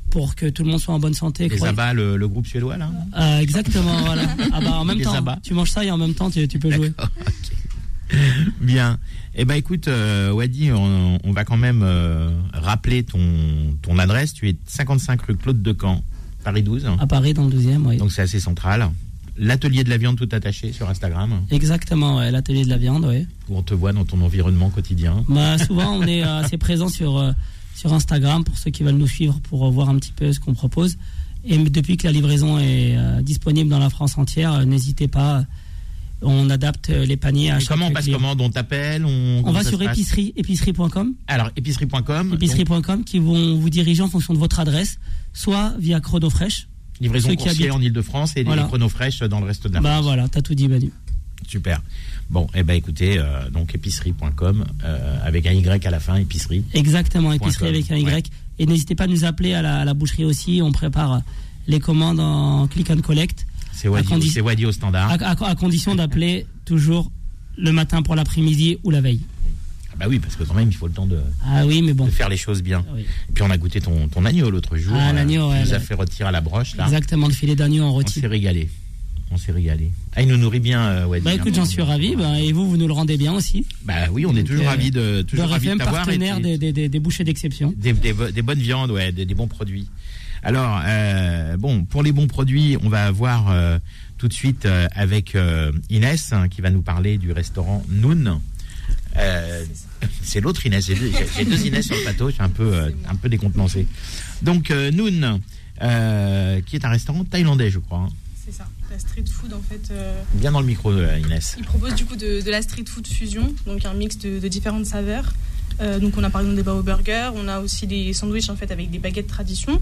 Speaker 5: pour que tout le monde soit en bonne santé.
Speaker 3: Les
Speaker 5: croyez...
Speaker 3: abats, le, le groupe suédois là.
Speaker 5: Euh, exactement, voilà. Ah bah en même
Speaker 3: Les
Speaker 5: temps,
Speaker 3: abats.
Speaker 5: tu manges ça et en même temps tu, tu peux jouer.
Speaker 3: Okay. Bien. Eh ben écoute, euh, Wadi, on, on va quand même euh, rappeler ton ton adresse. Tu es cinquante-cinq rue Claude Decamps, Paris douze.
Speaker 5: À Paris dans le douzième, oui.
Speaker 3: Donc c'est assez central. L'atelier de la viande tout attaché sur Instagram.
Speaker 5: Exactement, ouais, l'atelier de la viande, oui.
Speaker 3: Où on te voit dans ton environnement quotidien.
Speaker 5: Bah souvent on est assez présent sur euh, sur Instagram pour ceux qui veulent nous suivre pour voir un petit peu ce qu'on propose. Et depuis que la livraison est euh, disponible dans la France entière, euh, n'hésitez pas. On adapte les paniers à
Speaker 3: Et
Speaker 5: chaque
Speaker 3: comment on passe
Speaker 5: client.
Speaker 3: commande? On t'appelle? On,
Speaker 5: On va sur épicerie, épicerie point com.
Speaker 3: Alors, épicerie point com.
Speaker 5: épicerie point com qui vont vous diriger en fonction de votre adresse, soit via Chronofresh.
Speaker 3: Livraison
Speaker 5: Ceux qui
Speaker 3: coursier
Speaker 5: habitent-
Speaker 3: en Ile-de-France et
Speaker 5: Voilà.
Speaker 3: les chronofresh dans le reste de la
Speaker 5: Bah
Speaker 3: France.
Speaker 5: voilà, t'as tout dit, Manu.
Speaker 3: Super. Bon, eh ben écoutez, euh, donc épicerie point com euh, avec un Y à la fin, épicerie.
Speaker 5: Exactement,
Speaker 3: Point
Speaker 5: épicerie
Speaker 3: com,
Speaker 5: avec un Y.
Speaker 3: ouais.
Speaker 5: Et n'hésitez pas à nous appeler à la, à la boucherie aussi. On prépare les commandes en click and collect.
Speaker 3: C'est Wadi,
Speaker 5: À condi-
Speaker 3: c'est Wadi au standard.
Speaker 5: À, à- à condition d'appeler toujours le matin pour l'après-midi ou la veille.
Speaker 3: Ah bah oui, parce que quand même, il faut le temps de,
Speaker 5: Ah oui, mais bon.
Speaker 3: de faire les choses bien.
Speaker 5: Oui.
Speaker 3: Et puis on a goûté ton, ton agneau l'autre jour.
Speaker 5: Ah, l'agneau,
Speaker 3: euh,
Speaker 5: ouais,
Speaker 3: qui nous a
Speaker 5: ouais.
Speaker 3: fait retirer à la broche là.
Speaker 5: Exactement, le filet d'agneau en
Speaker 3: On
Speaker 5: rôti.
Speaker 3: s'est régalé. On s'est régalé. Ah, il nous nourrit bien, euh, Wadi.
Speaker 5: Bah écoute,
Speaker 3: hein.
Speaker 5: j'en suis ravi. Bah, et vous, vous nous le rendez bien aussi.
Speaker 3: Bah oui, on est
Speaker 5: Donc,
Speaker 3: toujours
Speaker 5: euh,
Speaker 3: ravis de, toujours
Speaker 5: Beurre
Speaker 3: ravis de
Speaker 5: F M,
Speaker 3: t'avoir. et
Speaker 5: partenaire
Speaker 3: puis-
Speaker 5: des, des, des, des bouchées d'exception.
Speaker 3: Des, des, des bonnes viandes, ouais, des, des bons produits. Alors, euh, bon, pour les bons produits, on va avoir euh, tout de suite euh, avec euh, Inès hein, qui va nous parler du restaurant Noon. Euh, c'est l'autre Inès. J'ai deux, j'ai- j'ai deux Inès sur le plateau. Je suis un peu, euh, un peu décontenancé. Donc euh, Noon, euh, qui est un restaurant thaïlandais, je crois. hein.
Speaker 6: C'est ça, la street food en fait. euh,
Speaker 3: Bien dans le micro, euh, Inès.
Speaker 6: il propose du coup de, de la street food fusion, donc un mix de, de différentes saveurs. Euh, donc on a par exemple des bao burgers, on a aussi des sandwichs en fait avec des baguettes tradition.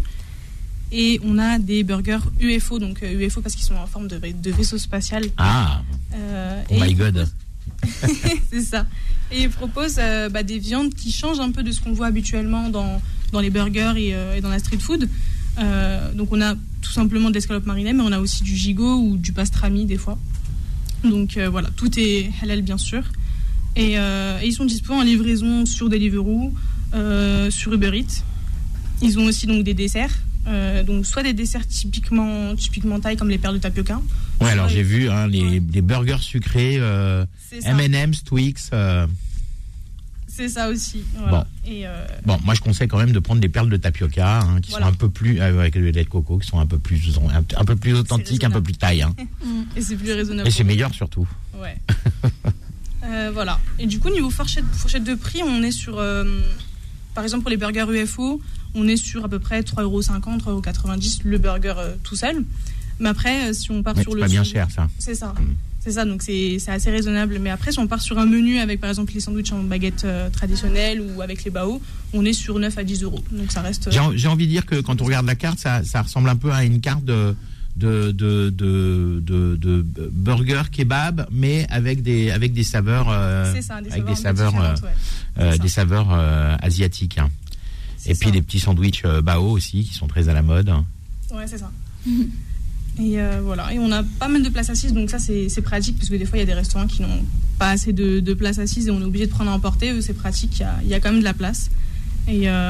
Speaker 6: Et on a des burgers U F O, donc euh, U F O parce qu'ils sont en forme de, de vaisseau spatial.
Speaker 3: Ah,
Speaker 6: Euh,
Speaker 3: oh
Speaker 6: et
Speaker 3: my
Speaker 6: il
Speaker 3: God.
Speaker 6: C'est ça. Et il propose euh, bah, des viandes qui changent un peu de ce qu'on voit habituellement dans, dans les burgers et, euh, et dans la street food. Euh, donc on a tout simplement de l'escalope marinée, mais on a aussi du gigot ou du pastrami des fois. Donc euh, voilà, tout est halal bien sûr. Et, euh, et ils sont dispo en livraison sur Deliveroo, euh, sur Uber Eats. Ils ont aussi donc des desserts. Euh, donc soit des desserts typiquement, typiquement thaï comme les perles de tapioca.
Speaker 3: Ouais, alors
Speaker 6: Ouais.
Speaker 3: j'ai vu hein, les,
Speaker 6: Ouais.
Speaker 3: les burgers sucrés, euh,
Speaker 6: C'est ça.
Speaker 3: M and M's, Twix. euh,
Speaker 6: C'est ça aussi. Voilà.
Speaker 3: Bon.
Speaker 6: Et, euh,
Speaker 3: Bon, moi je conseille quand même de prendre des perles de tapioca hein, qui
Speaker 6: Voilà.
Speaker 3: sont un peu plus euh, avec le lait de coco, qui sont un peu plus un, un peu plus authentiques, un peu
Speaker 6: raisonnable.
Speaker 3: plus taille. Hein.
Speaker 6: et c'est plus raisonnable.
Speaker 3: Et c'est
Speaker 6: pour
Speaker 3: meilleur surtout.
Speaker 6: eux. Ouais. Euh, voilà. Et du coup, niveau fourchette, fourchette de prix, on est sur, euh, par exemple pour les burgers U F O, on est sur à peu près trois euros cinquante, trois euros quatre-vingt-dix le burger euh, tout seul. Mais après, euh, si on part
Speaker 3: Mais
Speaker 6: sur
Speaker 3: c'est
Speaker 6: le
Speaker 3: pas bien
Speaker 6: sou-
Speaker 3: cher ça.
Speaker 6: C'est ça.
Speaker 3: Mm.
Speaker 6: C'est ça, donc c'est c'est assez raisonnable. Mais après, si on part sur un menu avec par exemple les sandwichs en baguette euh, traditionnelle ou avec les bao, on est sur neuf à dix euros. Donc ça reste.
Speaker 3: J'ai, en- j'ai envie de dire que quand on regarde la carte, ça, ça ressemble un peu à une carte de de de de, de, de burger kebab, mais avec des avec des saveurs euh,
Speaker 6: C'est ça, des
Speaker 3: avec des
Speaker 6: saveurs,
Speaker 3: saveurs
Speaker 6: un
Speaker 3: euh,
Speaker 6: peu différentes, ouais.
Speaker 3: euh,
Speaker 6: C'est ça.
Speaker 3: des saveurs euh, asiatiques. hein.
Speaker 6: C'est
Speaker 3: Et puis
Speaker 6: ça.
Speaker 3: des petits sandwichs euh, bao aussi qui sont très à la mode.
Speaker 6: Ouais, c'est ça. Et euh, voilà, et on a pas mal de places assises, donc ça c'est c'est pratique parce que des fois il y a des restaurants qui n'ont pas assez de, de places assises et on est obligé de prendre à emporter. Eux, c'est pratique, il y a, il y a quand même de la place. Et, euh,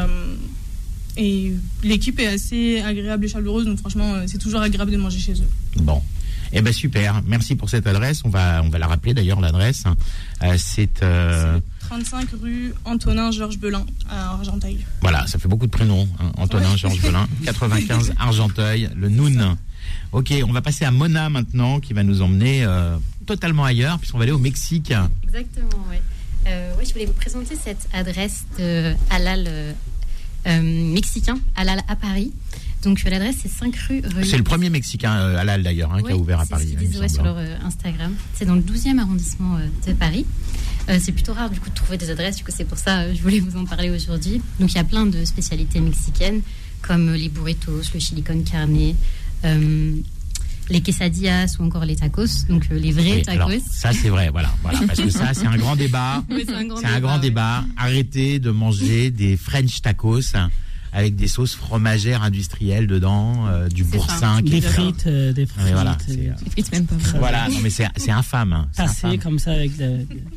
Speaker 6: et l'équipe est assez agréable et chaleureuse, donc franchement euh, c'est toujours agréable de manger chez eux.
Speaker 3: Bon. Eh ben super, merci pour cette adresse. On va on va la rappeler d'ailleurs l'adresse. Euh, c'est euh,
Speaker 6: C'est trente-cinq rue Antonin Georges Belin à Argenteuil.
Speaker 3: voilà, ça fait beaucoup de prénoms. hein. Antonin
Speaker 6: Ouais.
Speaker 3: Georges Belin, quatre-vingt-quinze Argenteuil, le Noon. Ok, on va passer à Mona maintenant, qui va nous emmener euh, totalement ailleurs, puisqu'on va aller au Mexique.
Speaker 7: Exactement, oui. Euh, ouais, je voulais vous présenter cette adresse de halal euh, euh, mexicain, halal à Paris. Donc euh, l'adresse c'est cinq rue René.
Speaker 3: C'est le premier Mexicain euh, halal d'ailleurs, hein, qui a
Speaker 7: Ouais,
Speaker 3: ouvert à
Speaker 7: c'est
Speaker 3: Paris.
Speaker 7: ce
Speaker 3: hein,
Speaker 7: qu'ils
Speaker 3: il
Speaker 7: disent
Speaker 3: me
Speaker 7: ouais, sur
Speaker 3: semble.
Speaker 7: leur euh, Instagram. C'est dans le douzième arrondissement euh, de Paris. Euh, c'est plutôt rare du coup de trouver des adresses, du coup c'est pour ça que euh, je voulais vous en parler aujourd'hui. Donc il y a plein de spécialités mexicaines comme euh, les burritos, le chili con carne, euh, les quesadillas ou encore les tacos, donc euh, les vrais
Speaker 3: Oui, alors,
Speaker 7: tacos.
Speaker 3: ça c'est vrai, voilà, voilà, parce que ça c'est un grand débat.
Speaker 7: Oui, c'est un grand
Speaker 3: C'est un grand
Speaker 7: ouais.
Speaker 3: débat. Arrêtez de manger des French tacos avec des sauces fromagères industrielles dedans, euh, du
Speaker 7: C'est
Speaker 3: boursin, qui
Speaker 5: Des
Speaker 3: est-
Speaker 5: frites, euh, des
Speaker 3: Non,
Speaker 5: frites.
Speaker 3: mais voilà,
Speaker 5: euh,
Speaker 3: c'est, euh,
Speaker 7: Les frites même pas.
Speaker 3: Voilà, non mais c'est c'est infâme. hein. C'est
Speaker 5: Passées
Speaker 3: infâme.
Speaker 5: comme ça avec de,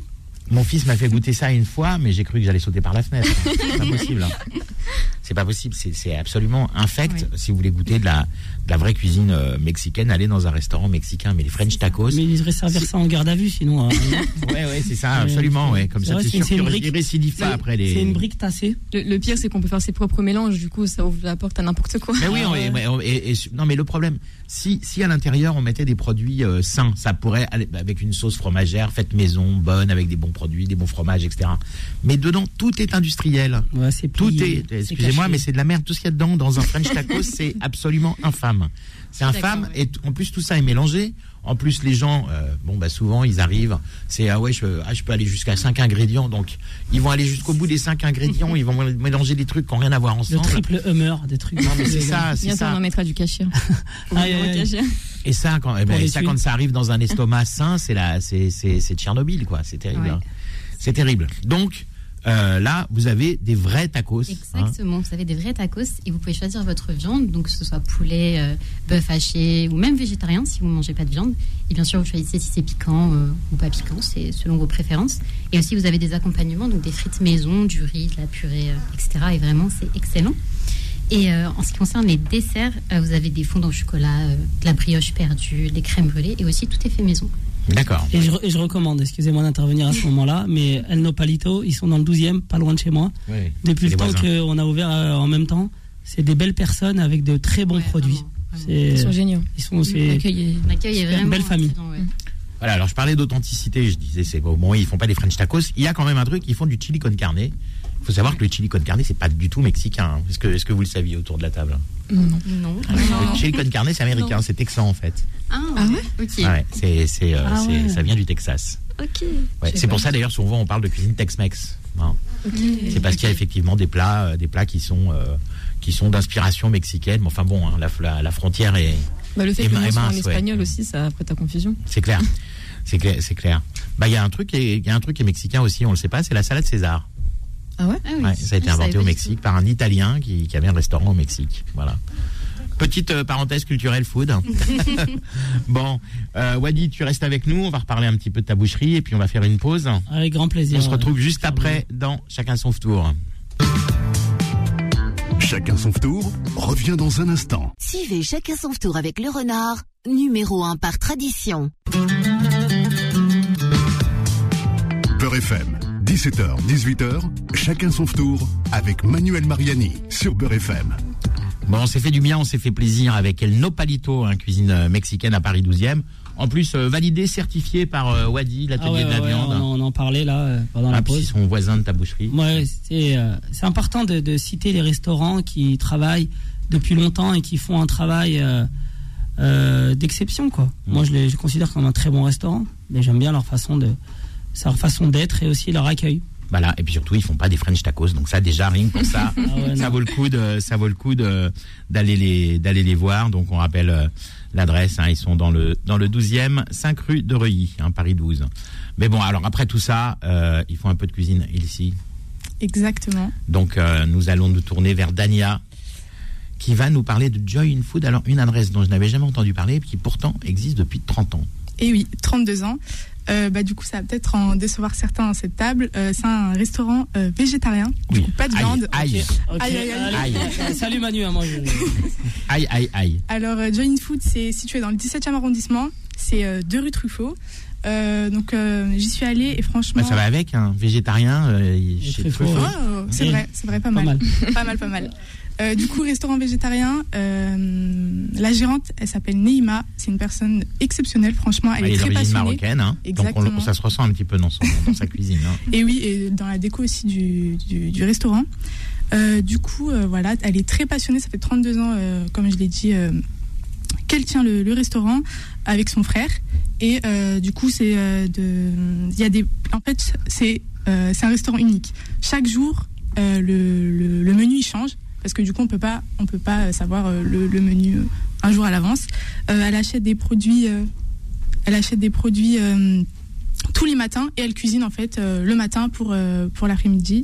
Speaker 3: Mon fils m'a fait goûter ça une fois, mais j'ai cru que j'allais sauter par la fenêtre. C'est pas possible. Hein. C'est pas possible. C'est, c'est absolument infect. Oui. Si vous voulez goûter de la, de la vraie cuisine euh, mexicaine, allez dans un restaurant mexicain. Mais les French tacos.
Speaker 5: Mais ils devraient servir ça en garde à vue, sinon. Hein.
Speaker 3: ouais, ouais, c'est ça, absolument. Ouais. Comme ça, vrai, c'est, c'est sûr qu'ils ne récidivent pas après les.
Speaker 5: C'est une brique tassée.
Speaker 8: Le, le pire, c'est qu'on peut faire ses propres mélanges. Du coup, ça ouvre la porte à n'importe quoi.
Speaker 3: Mais oui, on, et, et, et, non, mais le problème, si, si à l'intérieur on mettait des produits euh, sains, ça pourrait aller avec une sauce fromagère faite maison, bonne, avec des bons produits, des bons fromages, et cetera. Mais dedans, tout est industriel.
Speaker 5: Ouais, c'est
Speaker 3: tout
Speaker 5: plié,
Speaker 3: est, excusez-moi, mais c'est de la merde. Tout ce qu'il y a dedans, dans un French tacos, c'est absolument infâme. C'est infâme, ouais. Et t- en plus tout ça est mélangé. En plus les gens, euh, bon bah souvent ils arrivent, c'est ah ouais je, ah, je peux aller jusqu'à cinq ingrédients, donc ils vont aller jusqu'au bout des cinq ingrédients, ils vont mélanger des trucs qui n'ont rien à voir ensemble.
Speaker 5: Le triple hummer, des trucs.
Speaker 3: Non mais c'est ça, c'est
Speaker 8: bientôt
Speaker 3: ça.
Speaker 8: on en mettra du cachir.
Speaker 5: Ah, ouais, ouais.
Speaker 3: Et ça quand, eh ben, et ça quand ça arrive dans un estomac sain, c'est la, c'est c'est c'est Tchernobyl quoi, c'est terrible. Ouais. Hein. C'est terrible. Donc Euh, là, vous avez des vrais tacos.
Speaker 7: Exactement, hein. Vous avez des vrais tacos et vous pouvez choisir votre viande, donc que ce soit poulet, euh, bœuf haché ou même végétarien si vous ne mangez pas de viande. Et bien sûr, vous choisissez si c'est piquant euh, ou pas piquant, c'est selon vos préférences. Et aussi, vous avez des accompagnements, donc des frites maison, du riz, de la purée, euh, et cetera. Et vraiment, c'est excellent. Et euh, en ce qui concerne les desserts, euh, vous avez des fondants au chocolat, euh, de la brioche perdue, des crèmes brûlées et aussi tout est fait maison.
Speaker 3: D'accord.
Speaker 5: Et je, et je recommande, excusez-moi d'intervenir à ce moment-là, mais El Nopalito, ils sont dans le douzième, pas loin de chez moi.
Speaker 3: Oui,
Speaker 5: depuis le temps
Speaker 3: voisins.
Speaker 5: qu'on a ouvert euh, en même temps, c'est des belles personnes avec de très bons ouais, produits.
Speaker 8: Vraiment, vraiment. Ils sont géniaux.
Speaker 5: Ils sont aussi.
Speaker 7: L'accueil est, l'accueil est vraiment
Speaker 5: une belle famille.
Speaker 7: Présent, ouais.
Speaker 3: Voilà, alors je parlais d'authenticité, je disais, c'est bon, bon, ils font pas des French tacos, il y a quand même un truc, ils font du chili con carne. Il faut savoir que le chili con carne, c'est pas du tout mexicain. Est-ce que, est-ce que vous le saviez autour de la table?
Speaker 7: Non. Non.
Speaker 3: Le chili con carne, c'est américain, non. C'est texan en fait.
Speaker 7: Ah, ah ouais. Ok.
Speaker 3: Ouais, c'est, c'est, euh,
Speaker 7: ah
Speaker 3: c'est,
Speaker 7: ouais.
Speaker 3: ça vient du Texas.
Speaker 7: Ok.
Speaker 3: Ouais, c'est pour ça d'ailleurs souvent on parle de cuisine Tex-Mex. Hein. Okay. C'est parce okay. qu'il y a effectivement des plats, euh, des plats qui sont, euh, qui sont d'inspiration mexicaine. Mais enfin bon, hein, la, la, la frontière est.
Speaker 8: Bah, le fait que
Speaker 3: mince,
Speaker 8: soit en
Speaker 3: ouais.
Speaker 8: espagnol aussi, ça prête à confusion.
Speaker 3: C'est clair. C'est clair. C'est clair. Bah il y a un truc, il y a un truc qui est mexicain aussi, on le sait pas, c'est la salade César.
Speaker 8: Ah ouais,
Speaker 7: ah oui.
Speaker 3: Ouais, ça a été ah, inventé au Mexique par un Italien qui, qui avait un restaurant au Mexique. Voilà. Petite euh, parenthèse culturelle food. Bon, euh, Wadi, tu restes avec nous. On va reparler un petit peu de ta boucherie et puis on va faire une pause.
Speaker 5: Avec grand plaisir.
Speaker 3: On se retrouve euh, juste après dans Chacun son tour.
Speaker 2: Chacun son tour revient dans un instant.
Speaker 1: Suivez Chacun son tour avec le renard, numéro un par tradition.
Speaker 2: Beurre F M. dix-sept heures, dix-huit heures, chacun son tour avec Manuel Mariani sur Beurre F M.
Speaker 3: Bon, on s'est fait du bien, on s'est fait plaisir avec El Nopalito, hein, cuisine mexicaine à Paris douzième. En plus, euh, validé, certifié par euh, Wadi, l'atelier ah ouais, de la
Speaker 5: ouais,
Speaker 3: viande.
Speaker 5: On, on en parlait là euh, pendant ah, la pause.
Speaker 3: Ils sont voisins de ta boucherie.
Speaker 5: Ouais, c'est, euh, c'est important de, de citer les restaurants qui travaillent depuis longtemps et qui font un travail euh, euh, d'exception, quoi. Mmh. Moi, je les je considère comme un très bon restaurant, mais j'aime bien leur façon de, leur façon d'être et aussi leur accueil.
Speaker 3: Voilà, et puis surtout ils font pas des French tacos, donc ça déjà rien que pour ça, ah ouais, ça vaut le coup de, ça vaut le coup de d'aller les d'aller les voir. Donc on rappelle euh, l'adresse, hein, ils sont dans le dans le douzième, cinq rue de Reuilly, hein, Paris douze. Mais bon, alors après tout ça, euh, ils font un peu de cuisine ici.
Speaker 9: Exactement.
Speaker 3: Donc euh, nous allons nous tourner vers Dania, qui va nous parler de Joy in Food. Alors une adresse dont je n'avais jamais entendu parler, qui pourtant existe depuis trente ans.
Speaker 9: Et oui, trente-deux ans. Euh, bah, du coup, ça va peut-être en décevoir certains à cette table. Euh, c'est un restaurant euh, végétarien.
Speaker 3: Oui.
Speaker 9: Du coup, pas de viande.
Speaker 3: Aïe,
Speaker 5: okay. Okay. Aïe, aïe, aïe. aïe. Salut Manu, hein, moi je...
Speaker 3: Aïe, aïe, aïe.
Speaker 9: Alors, euh, Joy in Food, c'est situé dans le dix-septième arrondissement. C'est euh, deux rue Truffaut. Euh, donc, euh, j'y suis allée et franchement.
Speaker 3: Bah, ça va avec, un hein, végétarien euh,
Speaker 9: chez Truffaut. Oh, c'est vrai, c'est vrai, pas, pas mal. mal. pas mal, pas mal. Euh, du coup, restaurant végétarien, euh, la gérante, elle s'appelle Neima. C'est une personne exceptionnelle, franchement. Elle, elle est, est très passionnée.
Speaker 3: Marocaine, hein.
Speaker 9: Exactement.
Speaker 3: Donc on, ça se ressent un petit peu dans, son, dans sa cuisine. Hein.
Speaker 9: Et oui, et dans la déco aussi du, du, du restaurant. Euh, du coup, euh, voilà, elle est très passionnée. Ça fait trente-deux ans, euh, comme je l'ai dit, euh, qu'elle tient le, le restaurant avec son frère. Et euh, du coup, c'est euh, de, il y a des, en fait, c'est, euh, c'est un restaurant unique. Chaque jour, euh, le, le, le menu il change. Parce que du coup, on peut pas, on peut pas savoir euh, le, le menu euh, un jour à l'avance. Euh, elle achète des produits, euh, elle achète des produits euh, tous les matins et elle cuisine en fait euh, le matin pour euh, pour l'après-midi.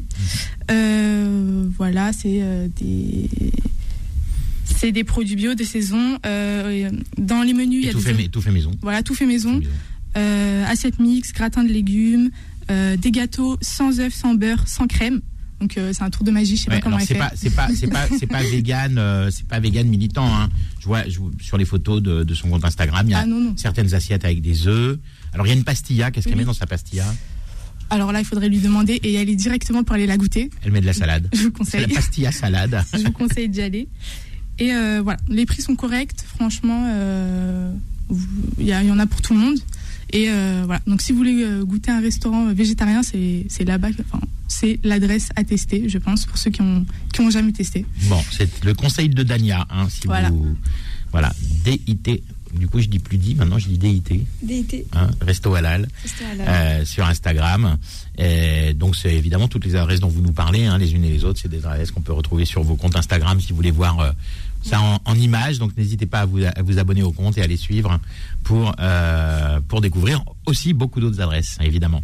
Speaker 9: Euh, voilà, c'est euh, des c'est des produits bio de saison. Euh, dans les menus, il y a
Speaker 3: tout
Speaker 9: des
Speaker 3: fait, tout fait maison.
Speaker 9: Voilà, tout fait maison. Tout fait maison. Euh, assiette mixte, gratin de légumes. euh, des gâteaux sans œufs, sans beurre, sans crème. Donc euh, c'est un tour de magie, je sais
Speaker 3: Ouais,
Speaker 9: pas comment
Speaker 3: alors
Speaker 9: elle
Speaker 3: c'est
Speaker 9: fait.
Speaker 3: pas c'est pas c'est pas c'est pas vegan euh, c'est pas vegan militant hein. Je vois je, sur les photos de, de son compte Instagram, il y a
Speaker 9: Ah, non, non.
Speaker 3: certaines assiettes avec des œufs. Alors il y a une pastilla, qu'est-ce qu'elle
Speaker 9: Oui.
Speaker 3: met dans sa pastilla?
Speaker 9: Alors là, il faudrait lui demander et y aller directement pour aller la goûter.
Speaker 3: Elle met de la salade.
Speaker 9: Je vous
Speaker 3: C'est
Speaker 9: conseille.
Speaker 3: la pastilla salade.
Speaker 9: Je vous conseille d'y aller. Et euh, voilà, les prix sont corrects, franchement, euh, vous- il y, a- il y en a pour tout le monde. Et euh, voilà, donc si vous voulez euh, goûter un restaurant végétarien, c'est c'est là-bas, que- enfin, c'est l'adresse à tester, je pense, pour ceux qui ont qui ont jamais testé.
Speaker 3: Bon, c'est le conseil de Dania hein, si
Speaker 9: Voilà.
Speaker 3: vous voilà, D I T. Du coup, je dis plus dit, maintenant je dis D I T.
Speaker 10: D I T.
Speaker 3: Hein, Resto Halal.
Speaker 10: Resto Halal.
Speaker 3: Euh, sur Instagram. Et donc c'est évidemment toutes les adresses dont vous nous parlez, hein, les unes et les autres, c'est des adresses qu'on peut retrouver sur vos comptes Instagram si vous voulez voir euh, ça en, en images. Donc n'hésitez pas à vous, à vous abonner au compte et à les suivre pour euh, pour découvrir aussi beaucoup d'autres adresses, évidemment.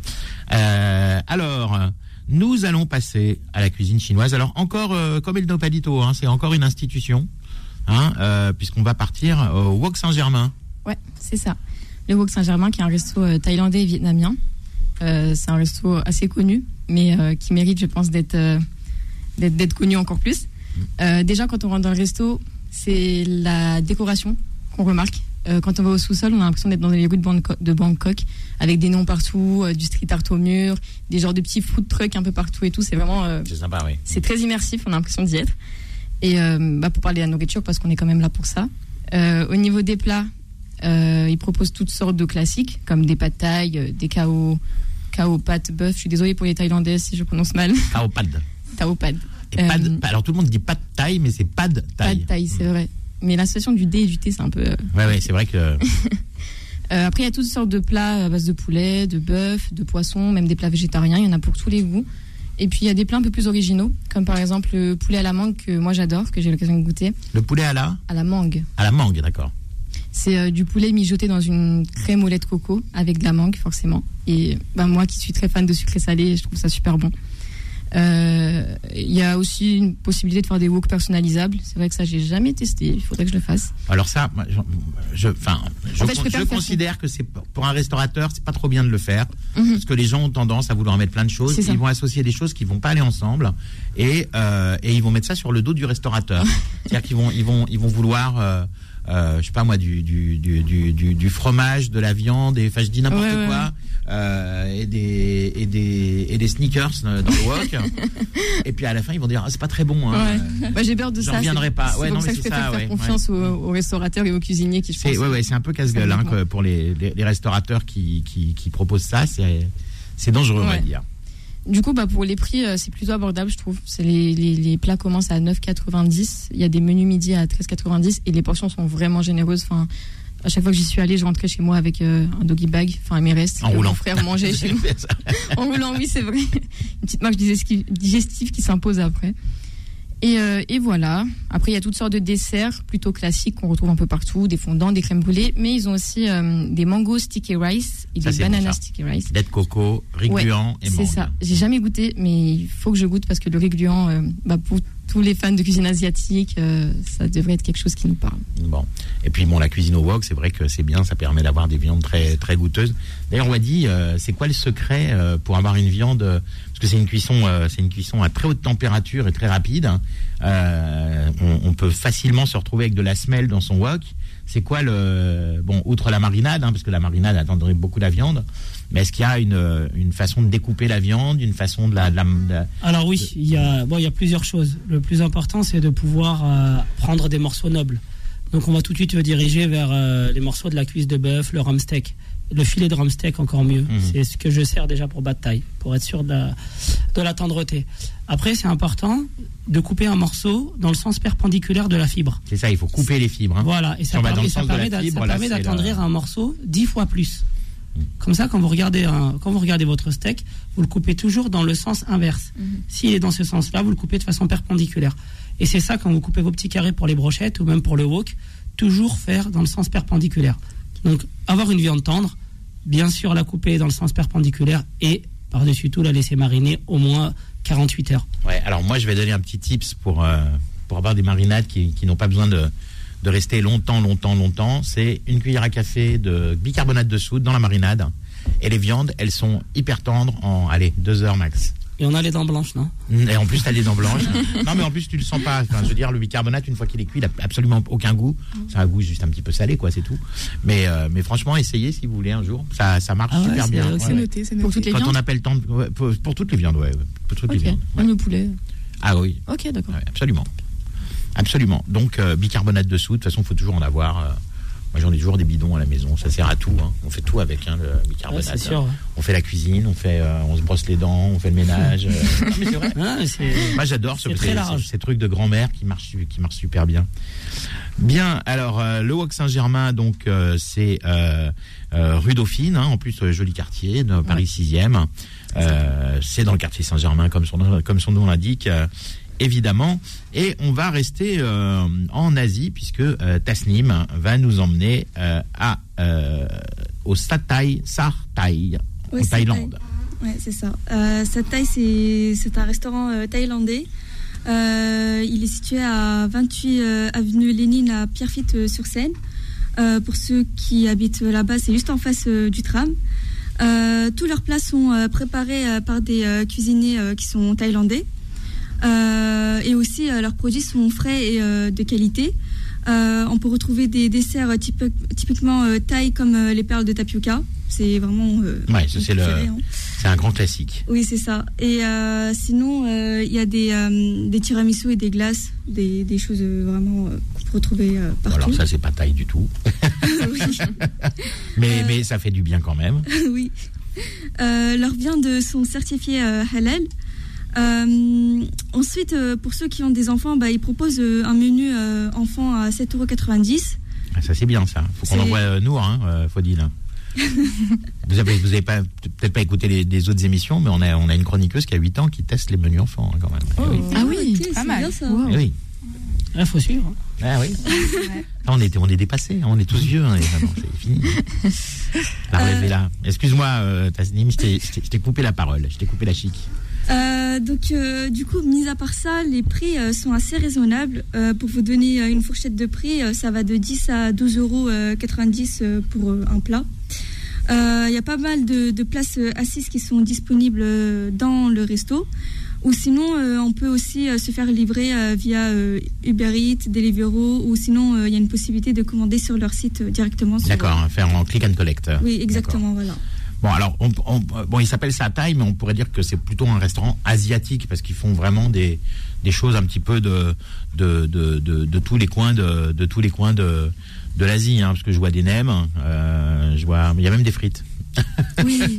Speaker 3: Euh, alors. Nous allons passer à la cuisine chinoise. Alors encore, euh, comme El Nopalito, hein, c'est encore une institution, hein, euh, puisqu'on va partir au Wok Saint-Germain.
Speaker 8: Ouais, c'est ça. Le Wok Saint-Germain, qui est un resto euh, thaïlandais et vietnamien. Euh, c'est un resto assez connu, mais euh, qui mérite, je pense, d'être euh, d'être, d'être connu encore plus. Euh, déjà, quand on rentre dans le resto, c'est la décoration qu'on remarque. Euh, quand on va au sous-sol, on a l'impression d'être dans les rues de Bangkok, de Bangkok avec des noms partout, euh, du street art au mur, des genres de petits food trucks un peu partout et tout. C'est vraiment... euh,
Speaker 3: C'est sympa, oui.
Speaker 8: c'est très immersif, on a l'impression d'y être. Et euh, bah, pour parler de la nourriture, parce qu'on est quand même là pour ça. Euh, au niveau des plats, euh, ils proposent toutes sortes de classiques, comme des pâtes thaï, euh, des kao, kao pâtes bœuf. Je suis désolée pour les Thaïlandais si je prononce mal.
Speaker 3: Kao pad.
Speaker 8: Tao pad.
Speaker 3: Et pad-
Speaker 8: Euh,
Speaker 3: alors tout le monde dit pas de taille, mais c'est pas de taille.
Speaker 8: Pad thaï, c'est vrai. Mais l'association du D et du T, c'est un peu... euh,
Speaker 3: Ouais, ouais, c'est vrai que.
Speaker 8: Euh, après, il y a toutes sortes de plats à base de poulet, de bœuf, de poisson, même des plats végétariens. Il y en a pour tous les goûts. Et puis, il y a des plats un peu plus originaux, comme par exemple le poulet à la mangue que moi j'adore, que j'ai eu l'occasion de goûter.
Speaker 3: Le poulet à la
Speaker 8: À la mangue.
Speaker 3: À la mangue, d'accord.
Speaker 8: C'est euh, du poulet mijoté dans une crème au lait de coco avec de la mangue, forcément. Et ben, moi qui suis très fan de sucré salé, je trouve ça super bon. Euh, Il y a aussi une possibilité de faire des woks personnalisables. C'est vrai que ça, j'ai jamais testé. Il faudrait que je le fasse.
Speaker 3: Alors ça, moi, je, je, enfin, je,
Speaker 8: En fait, je
Speaker 3: con-
Speaker 8: préfère
Speaker 3: je
Speaker 8: faire
Speaker 3: considère que c'est pour un restaurateur, c'est pas trop bien de le faire,
Speaker 8: Mhm.
Speaker 3: parce que les gens ont tendance à vouloir mettre plein de choses.
Speaker 8: C'est ça.
Speaker 3: Ils vont associer des choses qui vont pas aller ensemble, et euh, et ils vont mettre ça sur le dos du restaurateur. C'est-à-dire qu'ils vont ils vont ils vont vouloir euh, euh, je sais pas moi du du, du du du du fromage, de la viande, et enfin je dis n'importe
Speaker 8: Ouais, ouais.
Speaker 3: quoi, euh, et des et des et des sneakers euh, dans le wok. Et puis à la fin ils vont dire ah, c'est pas très bon. Hein.
Speaker 8: Ouais. Bah, j'ai peur de
Speaker 3: J'en
Speaker 8: ça.
Speaker 3: reviendrai
Speaker 8: C'est-
Speaker 3: pas.
Speaker 8: C'est
Speaker 3: Ouais,
Speaker 8: pour
Speaker 3: non,
Speaker 8: ça
Speaker 3: mais
Speaker 8: que je
Speaker 3: c'est
Speaker 8: préfère
Speaker 3: ça,
Speaker 8: faire
Speaker 3: ouais,
Speaker 8: confiance
Speaker 3: ouais.
Speaker 8: Aux, aux restaurateurs et aux cuisiniers qui, je
Speaker 3: C'est
Speaker 8: pense.
Speaker 3: ouais, ouais, c'est un peu casse-gueule hein,
Speaker 8: Complètement.
Speaker 3: que pour les, les, les restaurateurs qui, qui, qui proposent ça, c'est c'est dangereux, on va
Speaker 8: Ouais.
Speaker 3: dire.
Speaker 8: Du coup, bah, pour les prix, euh, c'est plutôt abordable, je trouve. C'est les, les, les plats commencent à neuf quatre-vingt-dix. Il y a des menus midi à treize quatre-vingt-dix et les portions sont vraiment généreuses. Enfin, à chaque fois que j'y suis allée, je rentrais chez moi avec euh, un doggy bag, enfin un M R S.
Speaker 3: En
Speaker 8: que
Speaker 3: roulant.
Speaker 8: Mon frère mangeait chez moi. En roulant, oui, c'est vrai. Une petite marche digestive digestive qui s'impose après. Et, euh, et voilà. Après, il y a toutes sortes de desserts plutôt classiques qu'on retrouve un peu partout, des fondants, des crèmes brûlées, mais ils ont aussi euh, des mango sticky rice et
Speaker 3: Ça,
Speaker 8: des
Speaker 3: c'est bon,
Speaker 8: banana
Speaker 3: ça.
Speaker 8: sticky rice.
Speaker 3: Lait de coco, riz
Speaker 8: Ouais,
Speaker 3: gluant et
Speaker 8: c'est
Speaker 3: mangue.
Speaker 8: ça. J'ai jamais goûté, mais il faut que je goûte parce que le riz gluant, euh, bah, pour tous les fans de cuisine asiatique, euh, ça devrait être quelque chose qui nous parle.
Speaker 3: Bon. Et puis bon, la cuisine au wok, c'est vrai que c'est bien, ça permet d'avoir des viandes très très goûteuses. D'ailleurs, Wadi, euh, c'est quoi le secret euh, pour avoir une viande euh, parce que c'est une cuisson, euh, c'est une cuisson à très haute température et très rapide. Hein. Euh, on, on peut facilement se retrouver avec de la semelle dans son wok. C'est quoi le bon, outre la marinade, hein, parce que la marinade attendrait beaucoup la viande. Mais est-ce qu'il y a une, une façon de découper la viande, une façon de la, de la, de la-
Speaker 5: Alors oui, il y a bon, il y a plusieurs choses. Le plus important, c'est de pouvoir euh, prendre des morceaux nobles. Donc on va tout de suite se diriger vers euh, les morceaux de la cuisse de bœuf, le rump steak, le filet de rump steak encore mieux.
Speaker 3: Mhm.
Speaker 5: C'est ce que je sers déjà pour Bad Thai, pour être sûr de la, de la tendreté. Après, c'est important de couper un morceau dans le sens perpendiculaire de la fibre.
Speaker 3: C'est ça, il faut couper les fibres. Hein.
Speaker 5: Voilà, et
Speaker 3: Si
Speaker 5: ça
Speaker 3: on va dans
Speaker 5: permet,
Speaker 3: le
Speaker 5: ça
Speaker 3: sens de la
Speaker 5: permet d'a- ça
Speaker 3: fibre, là,
Speaker 5: permet
Speaker 3: c'est
Speaker 5: d'attendrir
Speaker 3: la-
Speaker 5: un morceau dix fois plus. Comme ça, quand vous regardez un, quand vous regardez votre steak, vous le coupez toujours dans le sens inverse. S'il est dans ce sens-là, vous le coupez de façon perpendiculaire. Et c'est ça, quand vous coupez vos petits carrés pour les brochettes ou même pour le wok, toujours faire dans le sens perpendiculaire. Donc, avoir une viande tendre, bien sûr la couper dans le sens perpendiculaire et par-dessus tout la laisser mariner au moins quarante-huit heures.
Speaker 3: Ouais, alors moi je vais donner un petit tips pour, euh, pour avoir des marinades qui, qui n'ont pas besoin de, de rester longtemps, longtemps, longtemps. C'est une cuillère à café de bicarbonate de soude dans la marinade Et les viandes, elles sont hyper tendres en, allez, deux heures max.
Speaker 5: Et on a les dents blanches, non?
Speaker 3: Et en plus, t'as les dents blanches. Non, mais en plus, tu le sens pas. Enfin, je veux dire, le bicarbonate, une fois qu'il est cuit, il a absolument aucun goût. C'est un goût juste un petit peu salé, quoi, c'est tout. Mais, euh, mais franchement, essayez si vous voulez un jour. Ça, ça marche
Speaker 5: Ah ouais,
Speaker 3: super
Speaker 5: c'est-
Speaker 3: bien.
Speaker 9: C'est
Speaker 3: Ouais.
Speaker 9: noté, c'est
Speaker 8: Pour
Speaker 9: noté.
Speaker 8: toutes les
Speaker 3: Quand
Speaker 8: viandes.
Speaker 3: on appelle tant de- ouais, pour, pour toutes les viandes, ouais. Pour toutes les
Speaker 8: Ok.
Speaker 3: viandes.
Speaker 8: Même le poulet.
Speaker 3: Ah oui.
Speaker 8: Ok, d'accord.
Speaker 3: Ouais, absolument. Absolument. Donc, euh, bicarbonate de soude, de toute façon, il faut toujours en avoir. euh, moi, j'en ai toujours des bidons à la maison. Ça sert à tout. Hein. On fait tout avec hein, le
Speaker 5: Ouais,
Speaker 3: bicarbonate.
Speaker 5: c'est sûr. ouais.
Speaker 3: On fait la cuisine, on, fait, euh, on se brosse les dents, on fait le ménage. euh. Non, mais c'est vrai.
Speaker 5: Ah, c'est-
Speaker 3: Moi, j'adore ce,
Speaker 5: C'est très
Speaker 3: ces,
Speaker 5: large.
Speaker 3: ces- ces trucs de grand-mère qui marchent, qui marchent super bien. Bien, alors, euh, le Wok Saint-Germain, donc, euh, c'est euh, euh, rue Dauphine, hein, en plus, euh, joli quartier, de Paris sixième. Euh, c'est dans le quartier Saint-Germain, comme son, nom- comme son nom l'indique. euh, Évidemment, et on va rester euh, en Asie puisque euh, Tasnim va nous emmener euh, à euh, au Satay Sarthai
Speaker 10: Oui,
Speaker 3: en
Speaker 10: Satay.
Speaker 3: Thaïlande.
Speaker 10: Ouais, c'est ça. Euh, Satay, c'est c'est un restaurant euh, thaïlandais. Euh, il est situé à vingt-huit euh, avenue Lénine à Pierrefitte-sur-Seine. Euh, pour ceux qui habitent là-bas, c'est juste en face euh, du tram. Euh, tous leurs plats sont euh, préparés euh, par des euh, cuisiniers euh, qui sont thaïlandais. Euh, et aussi, euh, leurs produits sont frais et euh, de qualité. Euh, on peut retrouver des desserts euh, type- typiquement euh, thaï comme euh, les perles de tapioca. C'est vraiment. Euh,
Speaker 3: Ouais, ça,
Speaker 10: mon
Speaker 3: c'est le,
Speaker 10: préféré, hein.
Speaker 3: c'est un grand classique.
Speaker 10: Oui, c'est ça. Et euh, sinon, euh, il y a des, euh, des tiramisu et des glaces, des, des choses euh, vraiment euh, qu'on peut retrouver euh,
Speaker 3: Bon,
Speaker 10: partout.
Speaker 3: alors ça, c'est pas taille du tout,
Speaker 10: Oui.
Speaker 3: mais
Speaker 10: Euh.
Speaker 3: mais ça fait du bien quand même.
Speaker 10: Oui. Euh, leurs viandes sont certifiées euh, halal. Euh, ensuite, euh, pour ceux qui ont des enfants, bah, ils proposent euh, un menu euh, enfant à sept euros quatre-vingt-dix.
Speaker 3: Ah, ça c'est bien ça. Faut qu'on
Speaker 10: C'est-
Speaker 3: envoie euh, Nour, hein, euh, Faudil. Vous avez vous avez pas peut-être pas écouté les, les autres émissions, mais on a on a une chroniqueuse qui a huit ans qui teste les menus enfants hein, quand même. Eh oui.
Speaker 8: Ah oui,
Speaker 10: ok,
Speaker 9: pas
Speaker 10: c'est
Speaker 9: mal.
Speaker 10: bien ça.
Speaker 8: Wow.
Speaker 3: Eh oui.
Speaker 5: Il faut suivre.
Speaker 3: Ah oui. Ah, on était on est dépassés, hein, on est tous vieux, hein, et vraiment, c'est fini. La rêve est là. Excuse-moi, euh, Tasnim, je t'ai je t'ai- je t'ai coupé la parole, je t'ai coupé la chic.
Speaker 10: Euh, donc, euh, du coup, mis à part ça, les prix euh, sont assez raisonnables. Euh, pour vous donner euh, une fourchette de prix, euh, ça va de dix à douze euros quatre-vingt-dix euh, pour euh, un plat. Euh, Il y a pas mal de, de places euh, assises qui sont disponibles euh, dans le resto. Ou sinon, euh, on peut aussi euh, se faire livrer euh, via euh, Uber Eats, Deliveroo, ou sinon, euh, il y a une possibilité de commander sur leur site euh, directement. sur-
Speaker 3: D'accord, hein, faire en click and collect.
Speaker 10: Oui, exactement, voilà.
Speaker 3: Bon, alors, on, on- bon, il s'appelle Satay, mais on pourrait dire que c'est plutôt un restaurant asiatique parce qu'ils font vraiment des, des choses un petit peu de, de, de, de, de tous les coins de, de tous les coins de, de l'Asie, hein, parce que je vois des nems, euh, je vois, il y a même des frites.
Speaker 10: Oui,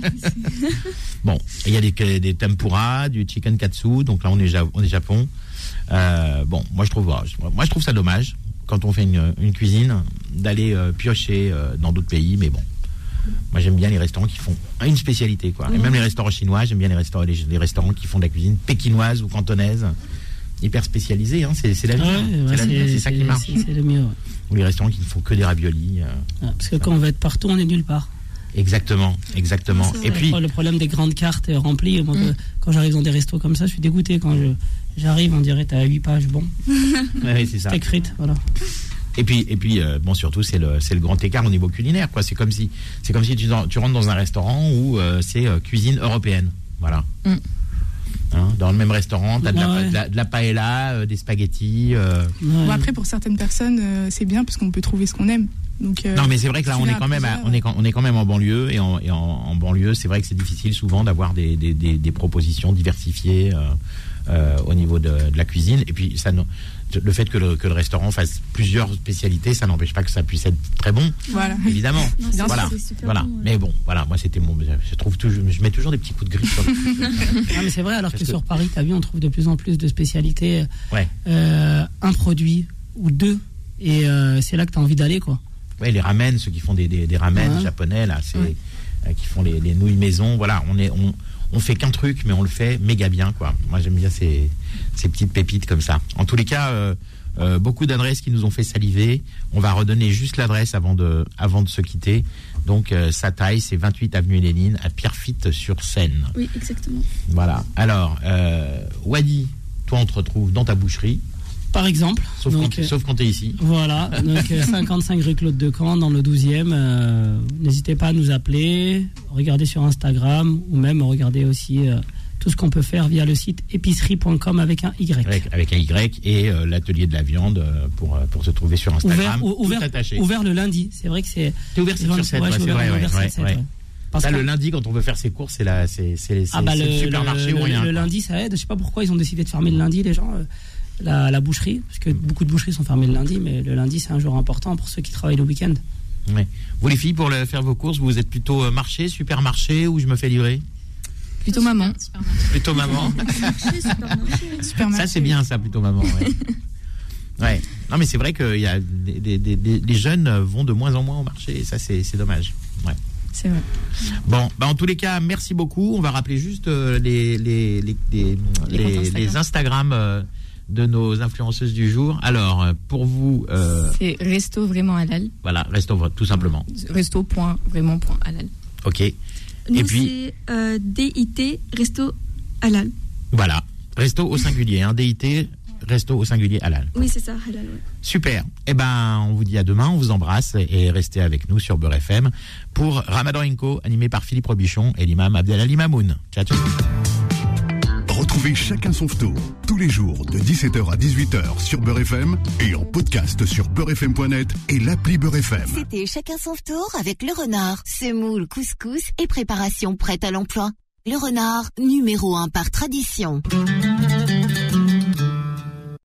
Speaker 3: Bon, il y a des, des tempura, du chicken katsu, donc là on est, ja- on est Japon. Euh, bon, moi je trouve, moi je trouve ça dommage quand on fait une, une cuisine d'aller euh, piocher euh, dans d'autres pays, mais bon. Moi, j'aime bien les restaurants qui font une spécialité, quoi. Et même les restaurants chinois, j'aime bien les restaurants, les, les restaurants qui font de la cuisine pékinoise ou cantonaise, hyper spécialisée. Hein. C'est, c'est la vie.
Speaker 5: Ouais,
Speaker 3: hein.
Speaker 5: ouais,
Speaker 3: c'est, la vie,
Speaker 5: c'est-
Speaker 3: c'est ça qui
Speaker 5: c'est-
Speaker 3: marche.
Speaker 5: C'est c'est le mieux. ouais.
Speaker 3: Ou les restaurants qui ne font que des raviolis. euh.
Speaker 5: Ouais, parce que quand on va être partout, on est nulle part.
Speaker 3: Exactement, exactement.
Speaker 10: C'est
Speaker 3: Et
Speaker 10: vrai.
Speaker 3: puis,
Speaker 5: Le problème des grandes cartes euh, remplies, moi,
Speaker 8: Mm.
Speaker 5: que- quand j'arrive dans des restos comme ça, je suis dégoûté. Quand je, j'arrive, on dirait t'as huit pages. Bon,
Speaker 3: ouais, c'est ça.
Speaker 5: steak frites, voilà.
Speaker 3: Et puis, et puis, euh, bon, surtout, c'est le, c'est le grand écart au niveau culinaire, quoi. C'est comme si, c'est comme si tu, tu rentres dans un restaurant où euh, c'est euh, cuisine européenne, voilà.
Speaker 8: Mm.
Speaker 3: Hein, dans le même restaurant, t'as de, la,
Speaker 5: Ouais, ouais.
Speaker 3: de la- de la paella, euh, des spaghettis. euh.
Speaker 5: Ouais.
Speaker 9: Bon, après, pour certaines personnes, euh, c'est bien parce qu'on peut trouver ce qu'on aime. Donc, euh,
Speaker 3: Non, mais c'est vrai que là,
Speaker 9: tu
Speaker 3: on est
Speaker 9: viens
Speaker 3: quand
Speaker 9: à
Speaker 3: même, à-
Speaker 9: plusieurs,
Speaker 3: on est, quand- on est quand même en banlieue et en, et en, en banlieue, c'est vrai que c'est difficile souvent d'avoir des, des, des, des propositions diversifiées euh, euh, au niveau de, de la cuisine. Et puis, ça, ne- le fait que le, que le restaurant fasse plusieurs spécialités, ça n'empêche pas que ça puisse être très bon,
Speaker 9: Voilà.
Speaker 3: évidemment.
Speaker 10: Non, c'est-
Speaker 3: Voilà,
Speaker 10: c'est super
Speaker 3: voilà.
Speaker 10: bon, ouais.
Speaker 3: Mais bon, voilà, moi c'était mon, je trouve toujours, je mets toujours des petits coups de griffe. sur le-
Speaker 5: Ah, mais c'est vrai, alors
Speaker 3: Parce
Speaker 5: que,
Speaker 3: que-
Speaker 5: sur Paris, t'as vu, on trouve de plus en plus de spécialités.
Speaker 3: Ouais.
Speaker 5: Euh, un produit ou deux, et euh, c'est là que t'as envie d'aller, quoi.
Speaker 3: Ouais, les ramen, ceux qui font des, des, des ramen
Speaker 5: Ouais.
Speaker 3: japonais là, c'est
Speaker 5: Ouais.
Speaker 3: euh, qui font les, les nouilles maison. Voilà, on est, on, on fait qu'un truc, mais on le fait méga bien, quoi. Moi, j'aime bien ces, ces petites pépites comme ça. En tous les cas, euh, euh, beaucoup d'adresses qui nous ont fait saliver. On va redonner juste l'adresse avant de, avant de se quitter. Donc, euh, Satay, c'est vingt-huit avenue Lénine à Pierrefitte-sur-Seine.
Speaker 10: Oui, exactement.
Speaker 3: Voilà. Alors, euh, Wadi, toi, on te retrouve dans ta boucherie.
Speaker 5: Par exemple.
Speaker 3: Sauf,
Speaker 5: donc,
Speaker 3: quand, sauf quand t'es ici.
Speaker 5: Voilà, donc euh, cinquante-cinq rue Claude Decamps, dans le douzième. Euh, n'hésitez pas à nous appeler, regardez sur Instagram, ou même regardez aussi euh, tout ce qu'on peut faire via le site épicerie point com avec un Y.
Speaker 3: Avec, avec un Y et euh, l'atelier de la viande euh, pour, pour se trouver sur Instagram.
Speaker 5: Ouvert, ouvert,
Speaker 3: attaché.
Speaker 5: ouvert le lundi, c'est vrai que c'est...
Speaker 3: T'es ouvert sept sur sept, ouais, c'est vrai, ouais, ouais, ouais. Ça, le lundi, quand on veut faire ses courses, c'est, la, c'est, c'est, c'est,
Speaker 5: ah bah
Speaker 3: c'est
Speaker 5: le,
Speaker 3: le supermarché
Speaker 5: le,
Speaker 3: ou rien.
Speaker 5: Le, le lundi, ça aide. Je sais pas pourquoi ils ont décidé de fermer le lundi, les gens, euh, la, la boucherie, parce que beaucoup de boucheries sont fermées le lundi, mais le lundi, c'est un jour important pour ceux qui travaillent le week-end.
Speaker 3: Ouais. Vous, les filles, pour le, faire vos courses, vous êtes plutôt marché, supermarché, ou je me fais livrer?
Speaker 8: Plutôt maman.
Speaker 3: Plutôt maman.
Speaker 9: Supermarché.
Speaker 3: Ça, c'est bien, ça, plutôt maman. Ouais. Ouais. Non, mais c'est vrai que y a des, des, des, des, les jeunes vont de moins en moins au marché, et ça, c'est, c'est dommage. Ouais.
Speaker 8: C'est vrai.
Speaker 3: Bon, bah en tous les cas, merci beaucoup. On va rappeler juste euh, les, les, les, les, les, les, Instagram. les Instagram euh, de nos influenceuses du jour. Alors, pour vous... Euh,
Speaker 8: c'est resto vraiment halal.
Speaker 3: Voilà, resto tout simplement.
Speaker 8: Resto.vraiment.halal.
Speaker 3: Ok.
Speaker 10: Nous,
Speaker 3: et puis,
Speaker 10: c'est euh, D I T, resto halal.
Speaker 3: Voilà, resto au singulier, hein, D I T, resto au singulier halal.
Speaker 10: Oui, c'est ça, halal. Ouais.
Speaker 3: Super. Eh ben, on vous dit à demain, on vous embrasse et restez avec nous sur Beurre F M pour Ramadan Inco, animé par Philippe Robichon et l'imam Abdelali Mamoun. Ciao, ciao.
Speaker 2: Retrouvez Chacun son tour tous les jours de dix-sept heures à dix-huit heures sur Beurre F M et en podcast sur beurre f m point net et l'appli Beurre F M.
Speaker 1: C'était Chacun son tour avec le renard, semoule, couscous et préparation prête à l'emploi. Le renard, numéro un par tradition.